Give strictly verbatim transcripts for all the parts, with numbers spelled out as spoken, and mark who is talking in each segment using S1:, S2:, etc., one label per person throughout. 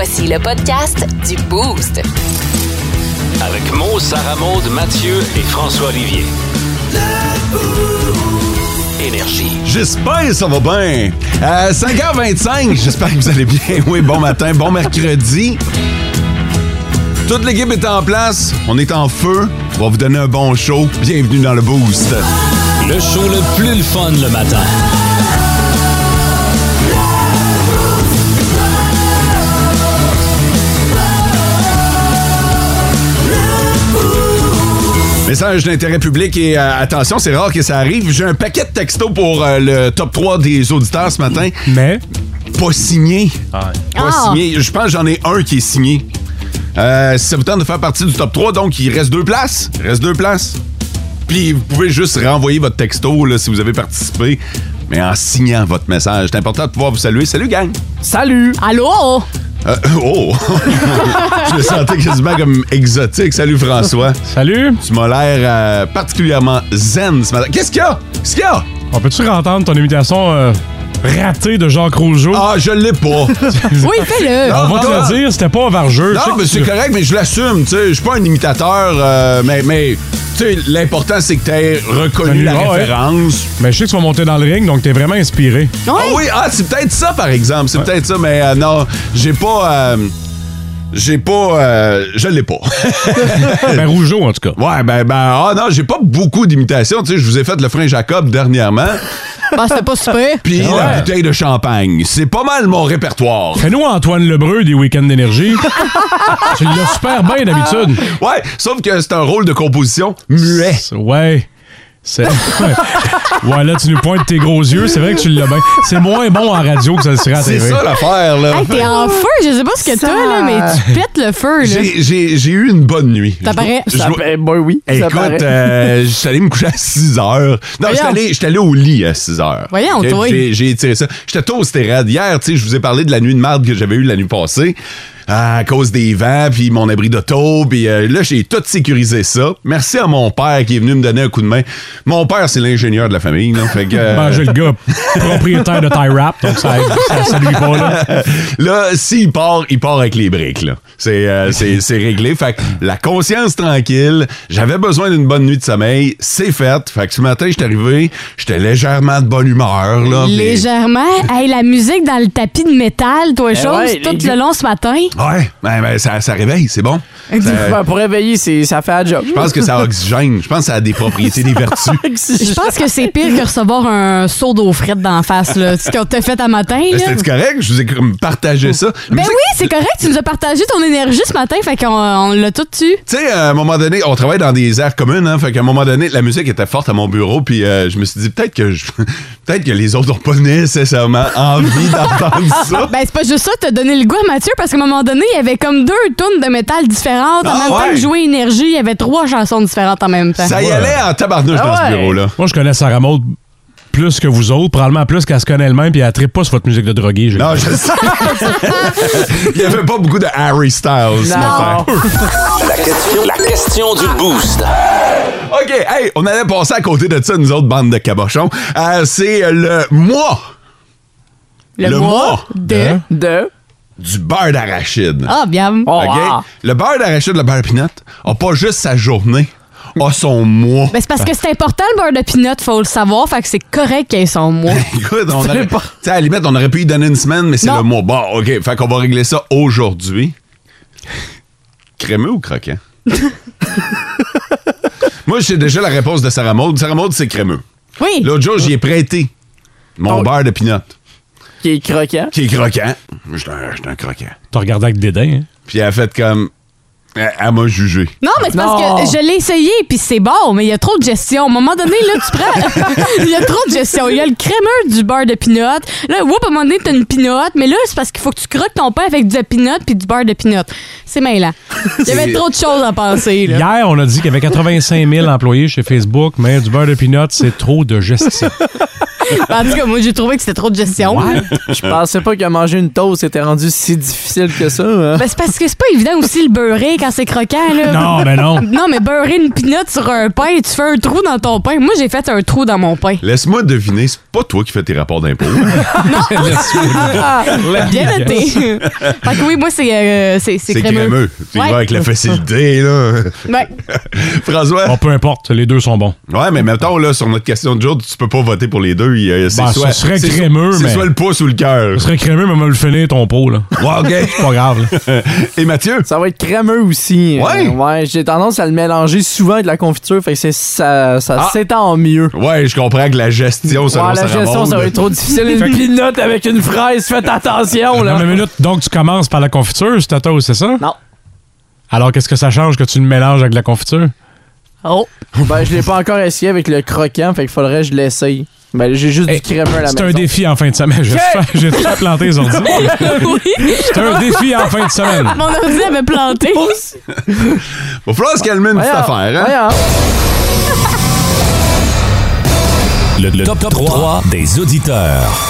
S1: Voici le podcast du Boost.
S2: Avec Mo, Sarah Maud, Mathieu et François Olivier. Énergie.
S3: J'espère que ça va bien. Euh, cinq heures vingt-cinq, j'espère que vous allez bien. Oui, bon matin, bon mercredi. Toute l'équipe est en place, on est en feu. On va vous donner un bon show. Bienvenue dans le Boost.
S2: Le show le plus le fun le matin.
S3: Message d'intérêt public et euh, attention, c'est rare que ça arrive. J'ai un paquet de textos pour euh, le top trois des auditeurs ce matin.
S4: Mais?
S3: Pas signé.
S4: Ah.
S3: Pas
S5: Ah.
S3: signé. Je pense que j'en ai un qui est signé. Euh, si ça vous tente de faire partie du top trois, donc il reste deux places. Il reste deux places. Puis vous pouvez juste renvoyer votre texto là, si vous avez participé, mais en signant votre message. C'est important de pouvoir vous saluer. Salut, gang!
S4: Salut!
S5: Allô?
S3: Euh, oh! Je me sentais quasiment comme exotique. Salut, François.
S4: Salut!
S3: Tu m'as l'air euh, particulièrement zen ce matin. Qu'est-ce qu'il y a? Qu'est-ce qu'il y a?
S4: On peut-tu entendre ton imitation euh, ratée de Jacques Rougeau?
S3: Ah, je l'ai pas.
S5: Oui, fais-le.
S3: Non,
S4: On va te
S3: non.
S4: le dire, c'était pas un vargeux. Je sais
S3: Non,
S4: que
S3: mais c'est
S4: tu-
S3: correct, mais je l'assume, tu sais. Je suis pas un imitateur, euh, mais, mais tu sais, l'important, c'est que tu aies reconnu la
S4: Ah ouais.
S3: référence.
S4: Mais je sais que tu vas monter dans le ring, donc t'es vraiment inspiré.
S3: Ah oui, ah, c'est peut-être ça, par exemple. C'est peut-être ça, mais euh, non, j'ai pas... euh, j'ai pas... euh, je l'ai pas.
S4: Ben Rougeau, en tout cas.
S3: Ouais, ben, ben, ah non, j'ai pas beaucoup d'imitations. Tu sais, je vous ai fait le frein Jacob dernièrement,
S5: Bah, c'était pas super.
S3: puis la
S4: Ouais.
S3: bouteille de champagne. C'est pas mal mon répertoire.
S4: Fais-nous Antoine Lebreu des Week-ends d'énergie. Tu l'as super bien d'habitude.
S3: Ouais, sauf que c'est un rôle de composition muet.
S4: Ouais. C'est... Ouais, là, tu nous pointes tes gros yeux. C'est vrai que tu l'as bien. C'est moins bon en radio que ça le serait à
S3: C'est
S4: T V.
S3: ça l'affaire, là.
S5: Hey, t'es en feu, je sais pas ce que
S6: Ça-
S5: t'as, là, mais tu pètes le feu, là.
S3: J'ai, j'ai, j'ai eu une bonne nuit.
S5: Ça paraît.
S3: Je
S6: Ça
S3: dois-
S6: paraît, ben oui. ça
S3: Écoute,
S6: paraît.
S3: euh, j'étais allé me coucher à six heures. Non, j'étais
S5: Voyons.
S3: allé, j'étais allé au lit à six heures.
S5: Voyons,
S3: Ok,
S5: toi.
S3: J'ai, j'ai tiré ça. J'étais toasté raide. Hier, tu sais, je vous ai parlé de la nuit de marde que j'avais eue la nuit passée. À cause des vents, puis mon abri d'auto, puis euh, là, j'ai tout sécurisé ça. Merci à mon père qui est venu me donner un coup de main. Mon père, c'est l'ingénieur de la famille, là. Fait que... euh,
S4: Ben, j'ai le gars propriétaire de Tie Rap, donc ça, ça, ça lui pas, là.
S3: Là, s'il part, il part avec les briques, là. C'est, euh, c'est, c'est réglé. Fait que la conscience tranquille, j'avais besoin d'une bonne nuit de sommeil, c'est fait. Fait que ce matin, j'étais arrivé, j'étais légèrement de bonne humeur, là. puis-
S5: Légèrement. Hey, la musique dans le tapis de métal, toi,
S6: Ben
S5: chose,
S6: ouais,
S5: tout
S6: les-
S5: le long ce matin.
S3: Ouais, ben, ben, ça, ça réveille, c'est bon. Ça-
S6: Ben, pour réveiller, c'est, ça fait un job.
S3: je pense que ça oxygène. Je pense que ça a des propriétés, des vertus.
S5: Je pense que c'est pire que recevoir un seau d'eau frette d'en face, là. Ce qu'on t'a fait à matin, là.
S3: C'était correct? Je vous ai comme partagé ça.
S5: Ben
S3: Musique-
S5: oui, c'est correct, tu nous as partagé ton énergie ce matin, fait qu'on on l'a tout tu.
S3: Tu sais, à un moment donné, on travaille dans des aires communes, hein, fait qu'à un moment donné, la musique était forte à mon bureau, puis euh, je me suis dit, peut-être que je- peut-être que les autres n'ont pas nécessairement envie d'entendre ça.
S5: Ben, c'est pas juste ça, t'as donné le goût à Mathieu, parce qu'à un moment donné, il y avait comme deux tonnes de métal différentes. En
S3: Ah
S5: même temps
S3: ouais?
S5: que jouer énergie, il y avait trois chansons différentes en même temps.
S3: Ça y allait en tabarnouche
S6: Ah
S3: dans
S6: ouais.
S3: ce bureau-là.
S4: Moi, je connais Sarah Maud plus que vous autres, probablement plus qu'elle se connaît elle-même, puis elle trippe pas sur votre musique de drogué. j'ai
S3: Non, je sais. Il y avait pas beaucoup de Harry Styles ce matin.
S6: Non.
S2: La question, la question du Boost.
S3: OK, hey, on allait passer à côté de ça, nous autres, bande de cabochons. Euh, c'est le mois.
S5: Le,
S3: le
S5: mois
S3: mois
S5: de...
S4: Hein?
S6: De.
S3: du beurre d'arachide.
S5: Ah, bien.
S6: Oh,
S3: OK?
S6: wow.
S3: Le beurre d'arachide, le beurre de pinot, a pas juste sa journée, a son mois.
S5: Ben, c'est parce que c'est important, le beurre de pinot, faut le savoir, fait que c'est correct qu'il y ait son mois.
S3: Écoute, on aurait,
S6: pas-
S3: tu sais, à la limite, on aurait pu y donner une semaine, mais c'est
S5: Non.
S3: le mois. Bon, OK, fait qu'on va régler ça aujourd'hui. Crémeux ou croquant? Moi, j'ai déjà la réponse de Sarah Maud. Sarah Maud, c'est crémeux.
S5: Oui.
S3: L'autre jour, j'y ai prêté mon
S6: Oh.
S3: beurre de pinot,
S6: Qui est croquant.
S3: qui est croquant. J'étais un, j'étais un croquant.
S4: T'as regardé avec dédain, hein?
S3: Puis elle a fait comme... Elle, elle m'a jugé.
S5: Non, mais c'est parce
S6: Non.
S5: que je l'ai essayé, puis c'est bon, mais il y a trop de gestion. À un moment donné, là, tu prends... Il y a trop de gestion. Il y a le crémeux du beurre de pinot. Là, whoop, à un moment donné, t'as une pinot, mais là, c'est parce qu'il faut que tu croques ton pain avec du pinot puis du beurre de pinot. C'est mêlant. Il y avait
S3: C'est-
S5: trop de choses à penser, là.
S4: Hier, on a dit qu'il y avait quatre-vingt-cinq mille employés chez Facebook, mais du beurre de peanut, c'est trop de gestion.
S5: En tout cas, moi, j'ai trouvé que c'était trop de gestion.
S6: Ouais. Je pensais pas que manger une toast était rendu si difficile que ça. Hein?
S5: Ben, c'est parce que c'est pas évident aussi le beurrer quand c'est croquant, là.
S4: Non, ben non.
S5: Non, mais beurrer une pinotte sur un pain, tu fais un trou dans ton pain. Moi, j'ai fait un trou dans mon pain.
S3: Laisse-moi deviner, c'est pas toi qui fais tes rapports d'impôts.
S5: Bien noté. Fait que oui, moi, c'est euh, c'est c'est
S3: C'est
S5: crémeux.
S3: crémeux. Tu
S5: Ouais.
S3: vas avec la facilité, là.
S5: Ouais.
S3: François?
S4: Bon, peu importe, les deux sont bons.
S3: Ouais, mais mettons, là, sur notre question de jour, tu peux pas voter pour les deux. Il, euh, c'est
S4: Ben,
S3: soit,
S4: ce serait
S3: c'est
S4: crémeux,
S3: soit- C'est
S4: mais-
S3: soit le pouce ou le cœur.
S4: Ce serait crémeux, mais me le finir ton pot, là.
S3: Ouais, OK.
S4: C'est pas grave, là.
S3: Et Mathieu?
S6: Ça va être crémeux aussi.
S3: Ouais.
S6: Euh, ouais, j'ai tendance à le mélanger souvent avec de la confiture, fait que c'est, ça, ça
S3: Ah.
S6: s'étend mieux.
S3: Ouais, je comprends que la gestion, selon
S6: Ouais, la
S3: Sarah
S6: gestion,
S3: Maud,
S6: ça va être trop difficile. Une pinotte avec une fraise, faites attention, là.
S4: Non, mais minute, donc tu commences par la confiture, c'est ta toast, c'est ça?
S6: Non.
S4: Alors, qu'est-ce que ça change que tu le mélanges avec la confiture?
S5: Oh.
S6: Ben, je l'ai pas encore essayé avec le croquant, fait qu'il faudrait que je l'essaye. Ben, j'ai juste
S4: Hey,
S6: du crémeux à la
S4: C'est
S6: maison.
S4: un défi en fin de semaine. J'ai fait, j'ai fait planter les ordi.
S5: Oui.
S4: C'est un défi en fin de semaine.
S5: Mon ordi avait planté.
S3: Va falloir se calmer une petite
S6: Voyons,
S3: affaire, hein?
S6: voyons.
S2: Le, le top, trois des auditeurs.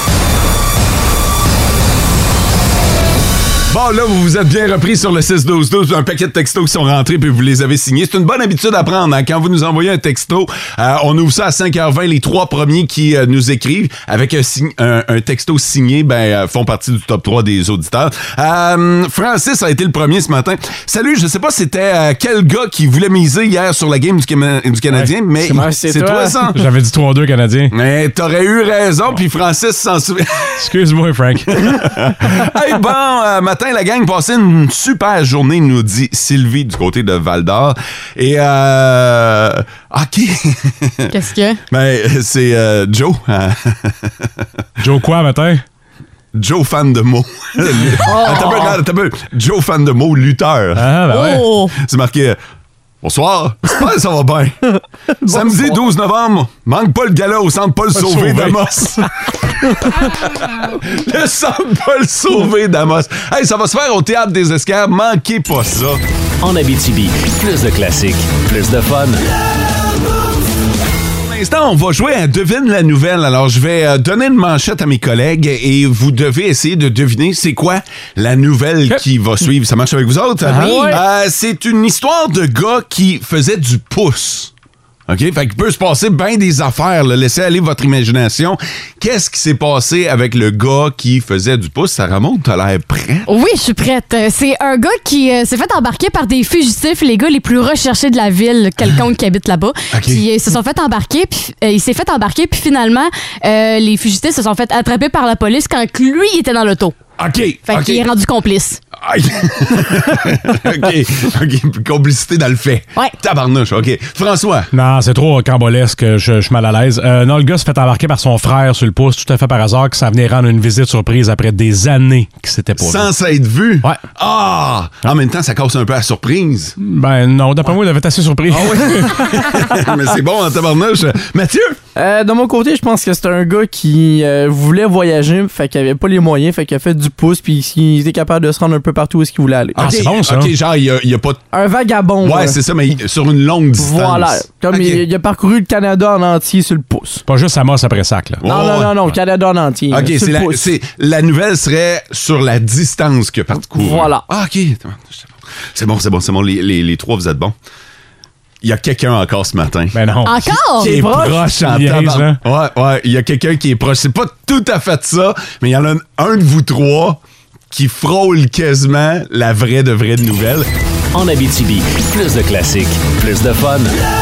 S3: Bon, là, vous vous êtes bien repris sur le six douze douze. Un paquet de textos qui sont rentrés puis vous les avez signés. C'est une bonne habitude à prendre. Hein? Quand vous nous envoyez un texto, euh, on ouvre ça à cinq heures vingt. Les trois premiers qui euh, nous écrivent avec un, sign- un, un texto signé ben, euh, font partie du top trois des auditeurs. Euh, Francis a été le premier ce matin. Salut, je sais pas c'était euh, quel gars qui voulait miser hier sur la game du, Cam- du Canadien,
S4: Ouais,
S3: mais
S6: c'est- c'est
S3: c'est
S6: toi.
S3: toi, ça.
S4: J'avais dit trois deux Canadiens.
S3: Mais t'aurais eu raison, puis Francis s'en souvient.
S4: Excuse-moi, Frank.
S3: Hey, bon, euh, matin, la gang, passez une super journée, nous dit Sylvie du côté de Val-d'Or. Et, euh... OK.
S5: Qu'est-ce que?
S3: Ben, c'est euh, Joe. euh,
S4: Joe quoi, matin?
S3: Joe fan de mots. Attends un peu, regarde, attends un peu. Joe fan de mots, lutteur.
S4: Ah, ben ouais.
S5: Oh!
S3: C'est marqué... euh, Bonsoir, j'espère que ça va bien. Samedi douze novembre, manque pas le gala au centre Paul Sauvé
S4: Sauvé.
S3: d'Amos. Le centre Paul Sauvé d'Amos. Hey, ça va se faire au Théâtre des Escarbes, manquez pas ça.
S2: En Abitibi, plus de classiques, plus de fun.
S3: Pour l'instant, on va jouer à Devine la nouvelle. Alors, je vais euh, donner une manchette à mes collègues et vous devez essayer de deviner c'est quoi la nouvelle
S4: Okay.
S3: qui va suivre. Ça marche avec vous autres?
S5: Oui.
S3: Euh, c'est une histoire de gars qui faisait du pouce. OK? Fait qu'il peut se passer bien des affaires. Là. Laissez aller votre imagination. Qu'est-ce qui s'est passé avec le gars qui faisait du pouce? Sarah Maud, t'as l'air prêt?
S5: Oui, je suis prête. Euh, C'est un gars qui euh, s'est fait embarquer par des fugitifs, les gars les plus recherchés de la ville, quelconque qui habite là-bas.
S3: OK.
S5: Puis euh, ils se sont fait embarquer, puis euh, il s'est fait embarquer, puis finalement, euh, les fugitifs se sont fait attraper par la police quand que lui il était dans l'auto.
S3: OK.
S5: Fait
S3: OK.
S5: qu'il est rendu complice.
S3: Aïe. OK. OK. Complicité dans le fait.
S5: Ouais.
S3: Tabarnouche. OK. François.
S4: Non, c'est trop cambolesque, je, je suis mal à l'aise. Euh, non, le gars s'est fait embarquer par son frère sur le pouce, tout à fait par hasard, que ça venait rendre une visite surprise après des années qu'il s'était pas vu.
S3: Sans être vu?
S4: Ouais.
S3: Ah! En même temps, ça casse un peu la surprise.
S4: Ben non, d'après moi, il avait été assez surpris.
S3: Ah oui? Mais c'est bon en tabarnouche. Mathieu?
S6: Euh, de mon côté, je pense que c'est un gars qui euh, voulait voyager, fait qu'il avait pas les moyens, fait qu'il a fait du pouce, puis il était capable de se rendre un peu partout où est-ce qu'il voulait aller.
S4: Ah,
S3: OK,
S4: c'est bon, ça.
S3: OK, genre, il y a, il y a pas...
S6: Un vagabond.
S3: Ouais,
S6: là.
S3: c'est ça, mais il- sur une longue distance.
S6: Voilà. Comme
S3: OK.
S6: il, il a parcouru le Canada en entier sur le pouce.
S4: Pas juste Amos après sac, là.
S6: Non,
S3: Ouais,
S6: non,
S3: ouais.
S6: non, non, le Canada en entier.
S3: OK,
S6: sur
S3: c'est
S6: le
S3: la,
S6: pouce.
S3: c'est- la nouvelle serait sur la distance que parcouru.
S6: Voilà.
S3: Ah, OK. C'est bon, c'est bon, c'est bon. Les, les, les trois, vous êtes bons. Il y a quelqu'un encore ce matin.
S4: Ben non.
S5: Encore?
S3: Qui est
S6: proche?
S3: proche en
S4: Il niaise,
S3: tabarnak. Ouais, ouais. Il y a quelqu'un qui est proche. C'est pas tout à fait ça, mais il y en a un, un de vous trois qui frôle quasiment la vraie de vraie nouvelle.
S2: En Abitibi, plus de classiques, plus de fun.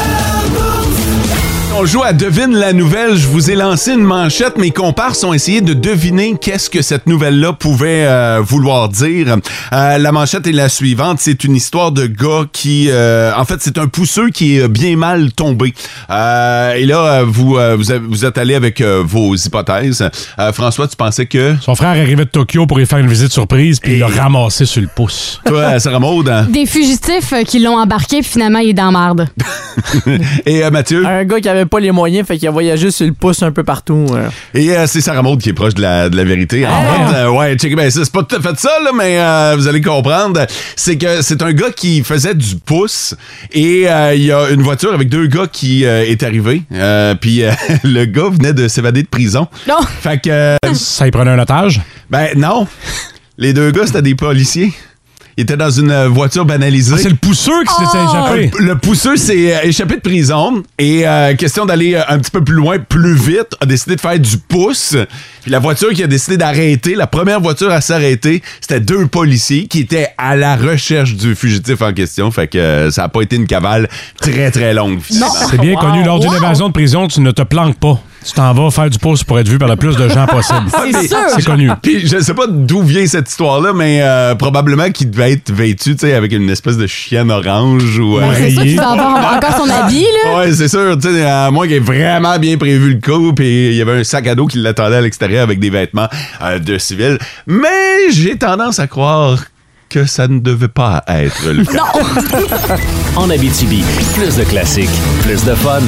S3: On joue à Devine la nouvelle. Je vous ai lancé une manchette. Mes comparses ont essayé de deviner qu'est-ce que cette nouvelle-là pouvait euh, vouloir dire. Euh, la manchette est la suivante. C'est une histoire de gars qui... euh, en fait, c'est un pousseux qui est bien mal tombé. Euh, et là, vous, euh, vous, avez- vous êtes allé avec euh, vos hypothèses. Euh, François, tu pensais que...
S4: Son frère arrivait de Tokyo pour y faire une visite surprise, puis
S3: Et-
S4: il l'a ramassé sur le pouce.
S3: Toi, Sarah Maud, hein?
S5: Des fugitifs euh, qui l'ont embarqué, puis finalement, il est dans la marde.
S3: Et euh, Mathieu?
S6: Un gars qui avait pas les moyens, fait qu'il a voyagé sur le pouce un peu partout. Euh.
S3: Et euh, c'est Sarah Maud qui est proche de la, de la vérité. En
S6: Ah.
S3: fait, euh, ouais, check, ben, c'est pas tout à fait ça, là, mais euh, vous allez comprendre. C'est que c'est un gars qui faisait du pouce et euh, il y a une voiture avec deux gars qui euh, est arrivé. Euh, Puis euh, le gars venait de s'évader de prison.
S5: Non.
S3: Fait que... euh,
S4: Ça y prenait un otage?
S3: ben non. Les deux gars, c'était des policiers. Ils étaient dans une voiture banalisée.
S4: Ah, c'est le pousseux qui s'était
S5: Oh!
S4: échappé.
S3: Le pousseux s'est euh, échappé de prison et euh, question d'aller euh, un petit peu plus loin, plus vite, a décidé de faire du pouce. Puis la voiture qui a décidé d'arrêter, la première voiture à s'arrêter, c'était deux policiers qui étaient à la recherche du fugitif en question. Fait que euh, ça a pas été une cavale très très longue finalement.
S4: C'est bien
S5: Wow.
S4: connu. Lors d'une
S5: Wow.
S4: évasion de prison, tu ne te planques pas. Tu t'en vas faire du pouce pour être vu par le plus de gens possible.
S5: C'est sûr.
S4: C'est connu.
S3: Puis je sais pas d'où vient cette histoire-là, mais euh, probablement qu'il devait être vêtu, tu sais, avec une espèce de chienne orange ou... euh,
S5: Ben, c'est sûr qu'il va avoir encore son habit, là.
S3: Ouais, c'est sûr, tu sais, à moins qu'il ait vraiment bien prévu le coup, puis il y avait un sac à dos qui l'attendait à l'extérieur avec des vêtements euh, de civil. Mais j'ai tendance à croire que ça ne devait pas être le cas.
S2: En Abitibi, plus de classiques, plus de fun.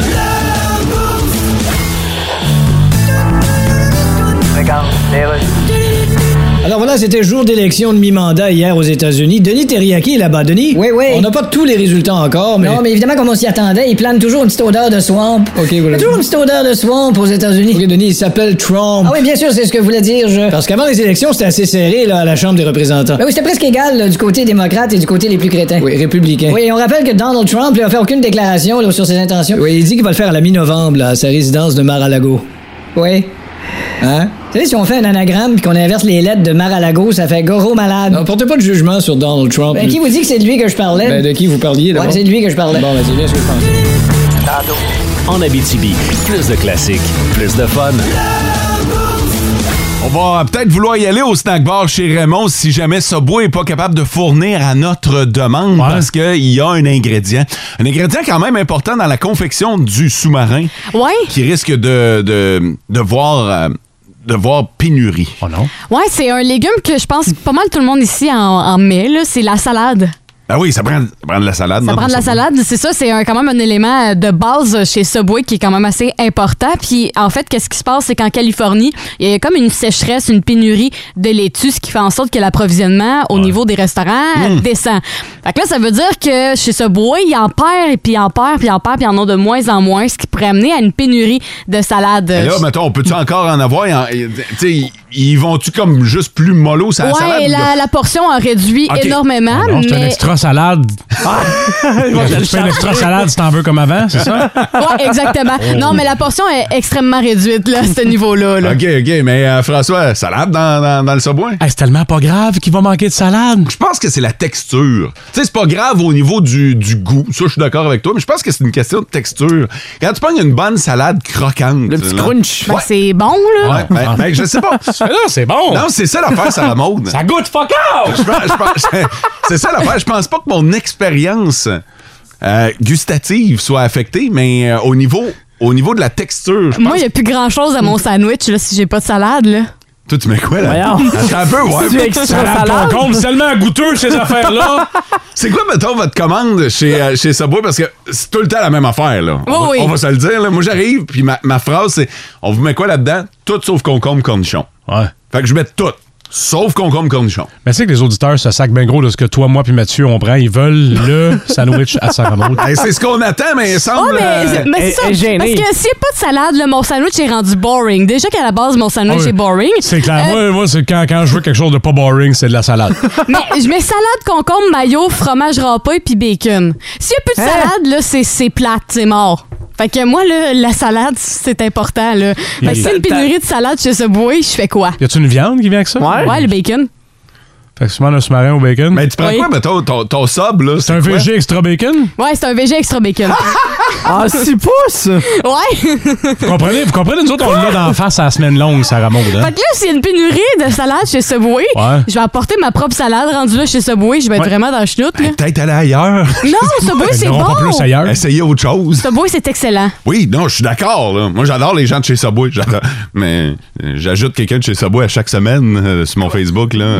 S7: Alors voilà, c'était jour d'élection de mi-mandat hier aux États-Unis. Denis Terriaki est là-bas. Denis?
S8: Oui, oui.
S7: On n'a pas tous les résultats encore, mais...
S8: Non, mais évidemment, comme on s'y attendait, il plane toujours une petite odeur de swamp.
S7: OK,
S8: Il y
S7: voilà.
S8: a toujours une petite odeur de swamp aux États-Unis.
S7: OK, Denis, il s'appelle Trump.
S8: Ah oui, bien sûr, c'est ce que voulait dire, je.
S7: Parce qu'avant les élections, c'était assez serré, là, à la Chambre des représentants.
S8: Ben oui, c'était presque égal, là, du côté démocrate et du côté les plus crétins.
S7: Oui, républicain.
S8: Oui, et on rappelle que Donald Trump n'a fait aucune déclaration là, sur ses intentions.
S7: Oui, il dit qu'il va le faire à la mi-novembre, là, à sa résidence de Mar-a-Lago.
S8: Oui.
S7: Hein?
S8: Vous savez, si on fait un anagramme puis qu'on inverse les lettres de Mar-a-Lago, ça fait Goro malade.
S7: Non, portez pas de jugement sur Donald Trump.
S8: Ben, qui vous dit que c'est de lui que je parlais?
S7: Ben, de qui vous parliez,
S8: Ouais,
S7: d'abord?
S8: c'est de lui que je parlais.
S7: Bon, ben, c'est bien ce que je pensais.
S2: En Abitibi, plus de classiques, plus de fun.
S3: On va peut-être vouloir y aller au snack bar chez Raymond si jamais Subway n'est pas capable de fournir à notre demande
S4: Ouais.
S3: parce qu'il y a un ingrédient. Un ingrédient quand même important dans la confection du sous-marin
S5: Ouais.
S3: qui risque de, de, de voir... euh, de voir pénurie.
S4: Oh non.
S5: Ouais, c'est un légume que je pense pas mal tout le monde ici en, en met, là. C'est la salade.
S3: Ah oui, ça prend, ça prend de la salade.
S5: Ça
S3: non,
S5: prend de la
S3: Subway.
S5: salade, c'est ça, c'est un- quand même un élément de base chez Subway qui est quand même assez important. Puis en fait, qu'est-ce qui se passe, c'est qu'en Californie, il y a comme une sécheresse, une pénurie de laitue, ce qui fait en sorte que l'approvisionnement au niveau des restaurants
S3: Hmm.
S5: descend. Fait que là, ça veut dire que chez Subway, ils en perdent, et puis ils en perdent, puis ils en perdent, puis ils en ont de moins en moins, ce qui pourrait amener à une pénurie de salade.
S3: Et là, mettons, on peut-tu encore en avoir? En- Tu sais, ils- ils vont-tu comme juste plus mollo sur la salade?
S5: Ouais, la, la portion a réduit
S3: Ok.
S5: énormément,
S4: Ah non, c'est un
S5: mais...
S4: extra salade. Tu fais un extra salade si t'en veux comme avant, c'est ça?
S5: Ouais, exactement. Non, mais la portion est extrêmement réduite, là, à ce niveau-là. Là.
S3: OK, OK, mais euh, François, salade dans, dans, dans le Subway?
S4: Hey, c'est tellement pas grave qu'il va manquer de salade.
S3: Je pense que c'est la texture. Tu sais, c'est pas grave au niveau du, du goût. Ça, je suis d'accord avec toi, mais je pense que c'est une question de texture. Quand tu prends une bonne salade croquante...
S6: Le petit
S3: là,
S6: crunch.
S5: Ben,
S3: Ouais.
S5: c'est bon, là.
S3: Ouais, ben, ben, je sais pas.
S4: Mais là, c'est bon.
S3: Non, c'est ça l'affaire, Sarah Maud.
S4: Ça goûte fuck out!
S3: Je pense- je pense- c'est ça l'affaire. Je pense pas que mon expérience euh, gustative soit affectée, mais euh, au niveau au niveau de la texture, je
S5: Moi,
S3: pense...
S5: il n'y a plus grand-chose à mon sandwich là, si j'ai pas de salade. Là.
S3: Toi, tu mets quoi, là?
S6: Voyons.
S3: Attends un peu, ouais.
S6: Tu extra
S4: Salade
S6: salade?
S4: concombre, c'est tellement goûteux, ces affaires-là.
S3: C'est quoi, mettons, votre commande chez, euh, chez Subway? Parce que c'est tout le temps la même affaire, là. On,
S5: Oui,
S3: va,
S5: oui.
S3: on va se le dire, là. Moi, j'arrive, puis ma, ma phrase, c'est « On vous met quoi là-dedans? Tout sauf concombre cornichon. »
S4: Ouais.
S3: Fait que je mets tout, sauf concombre cornichon.
S4: Mais c'est que les auditeurs se sacent bien gros de ce que toi, moi puis Mathieu, on prend. Ils veulent le sandwich à Sarah Maud.
S3: Hey, c'est ce qu'on attend, mais il
S5: Oh,
S3: semble...
S5: mais,
S3: euh,
S5: mais c'est
S6: elle-
S5: ça.
S6: elle est gênée.
S5: Parce que s'il n'y a pas de salade, là, mon sandwich est rendu boring. Déjà qu'à la base, mon sandwich
S4: Ah oui.
S5: est boring.
S4: C'est clair.
S5: Euh,
S4: Moi, moi c'est quand, quand je veux quelque chose de pas boring, c'est de la salade.
S5: Mais je mets salade, concombre, mayo, fromage râpé puis bacon. S'il n'y a plus de
S6: Hein?
S5: salade, là, c'est, c'est plate, c'est mort. Fait que moi, là, la salade, c'est important. Là. Fait que si une pénurie de salade chez Subway, je fais quoi?
S4: Y a-tu une viande qui vient avec ça?
S6: Ouais.
S5: Ouais, le bacon.
S4: Fait que souvent, un sous-marin au bacon.
S3: Mais tu prends
S5: Oui.
S3: quoi, mettons, ton, ton sub, là?
S4: c'est un
S3: quoi?
S4: V G extra bacon?
S5: Ouais, c'est un V G extra bacon.
S6: Ah, six pouces!
S5: Ouais.
S4: Vous comprenez? Vous comprenez? Nous autres, on l'a d'en face à la semaine longue, Sarah Maud. Hein?
S5: Fait que là, s'il y a une pénurie de salade chez Subway,
S4: Ouais.
S5: je vais apporter ma propre salade rendue là chez Subway. Je vais être
S4: Ouais.
S5: vraiment dans le chenoute. Là.
S3: Peut-être aller ailleurs.
S5: Non, Subway,
S4: Ils
S5: c'est
S4: n'auront pas
S5: bon.
S4: plus ailleurs.
S3: Essayer autre chose.
S5: Subway, c'est excellent.
S3: Oui, non, je suis d'accord, là. Moi, j'adore les gens de chez Subway. J'adore. Mais euh, j'ajoute quelqu'un de chez Subway à chaque semaine euh, sur mon Facebook, là.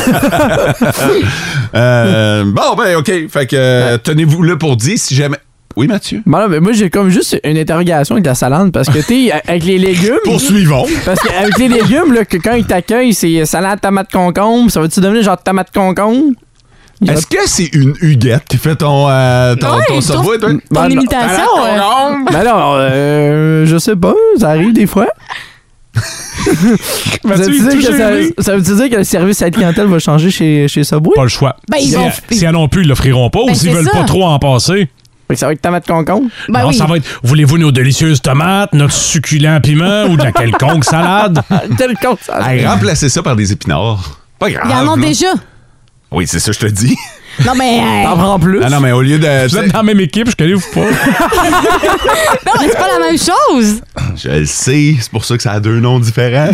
S5: Quoi?
S3: Euh, bon, ben, OK. Fait que euh, tenez-vous là pour dire si jamais. Oui, Mathieu?
S6: Ben là, mais moi, j'ai comme juste une interrogation avec la salade parce que, tu sais, avec les légumes.
S3: Poursuivons.
S6: Parce qu'avec les légumes, là, que quand ils t'accueillent, c'est salade, tomate, concombre. Ça va-tu devenir genre tomate, concombre?
S3: Est-ce que c'est une huguette qui fait ton, euh, ton,
S5: Ouais,
S3: ton
S5: je
S3: Subway, toi?
S5: Ton
S6: Ben,
S5: imitation. euh.
S6: Ben là, euh, je sais pas, ça arrive des fois. ça
S4: Mathieu,
S6: veut-tu
S4: il est
S6: dire que
S4: tout
S6: ça,
S4: gêné.
S6: ça veut-tu dire que le service à la clientèle va changer chez, chez Subway?
S4: Pas le choix.
S5: Ben, ils
S4: si,
S5: vont-
S4: S'ils si en ont plus, ils l'offriront pas.
S5: Ben,
S4: ou s'ils
S5: c'est
S4: veulent
S5: ça.
S4: pas trop en passer.
S6: Fait que ça va être tomate concombre.
S5: Ben
S4: non,
S5: oui.
S4: ça va être. Voulez-vous nos délicieuses tomates, notre succulent piment ou de la quelconque salade?
S6: Quel con ça.
S3: Hey, remplacez ça par des épinards. Pas grave.
S5: Ils en ont
S3: là.
S5: déjà.
S3: Oui, c'est ça, je te dis.
S5: Non, mais. euh,
S6: T'en prends plus?
S3: Ah non, mais au lieu de.
S4: Vous êtes dans la même équipe, je connais vous pas.
S5: Non, mais c'est pas la même chose.
S3: Je le sais, c'est pour ça que ça a deux noms différents.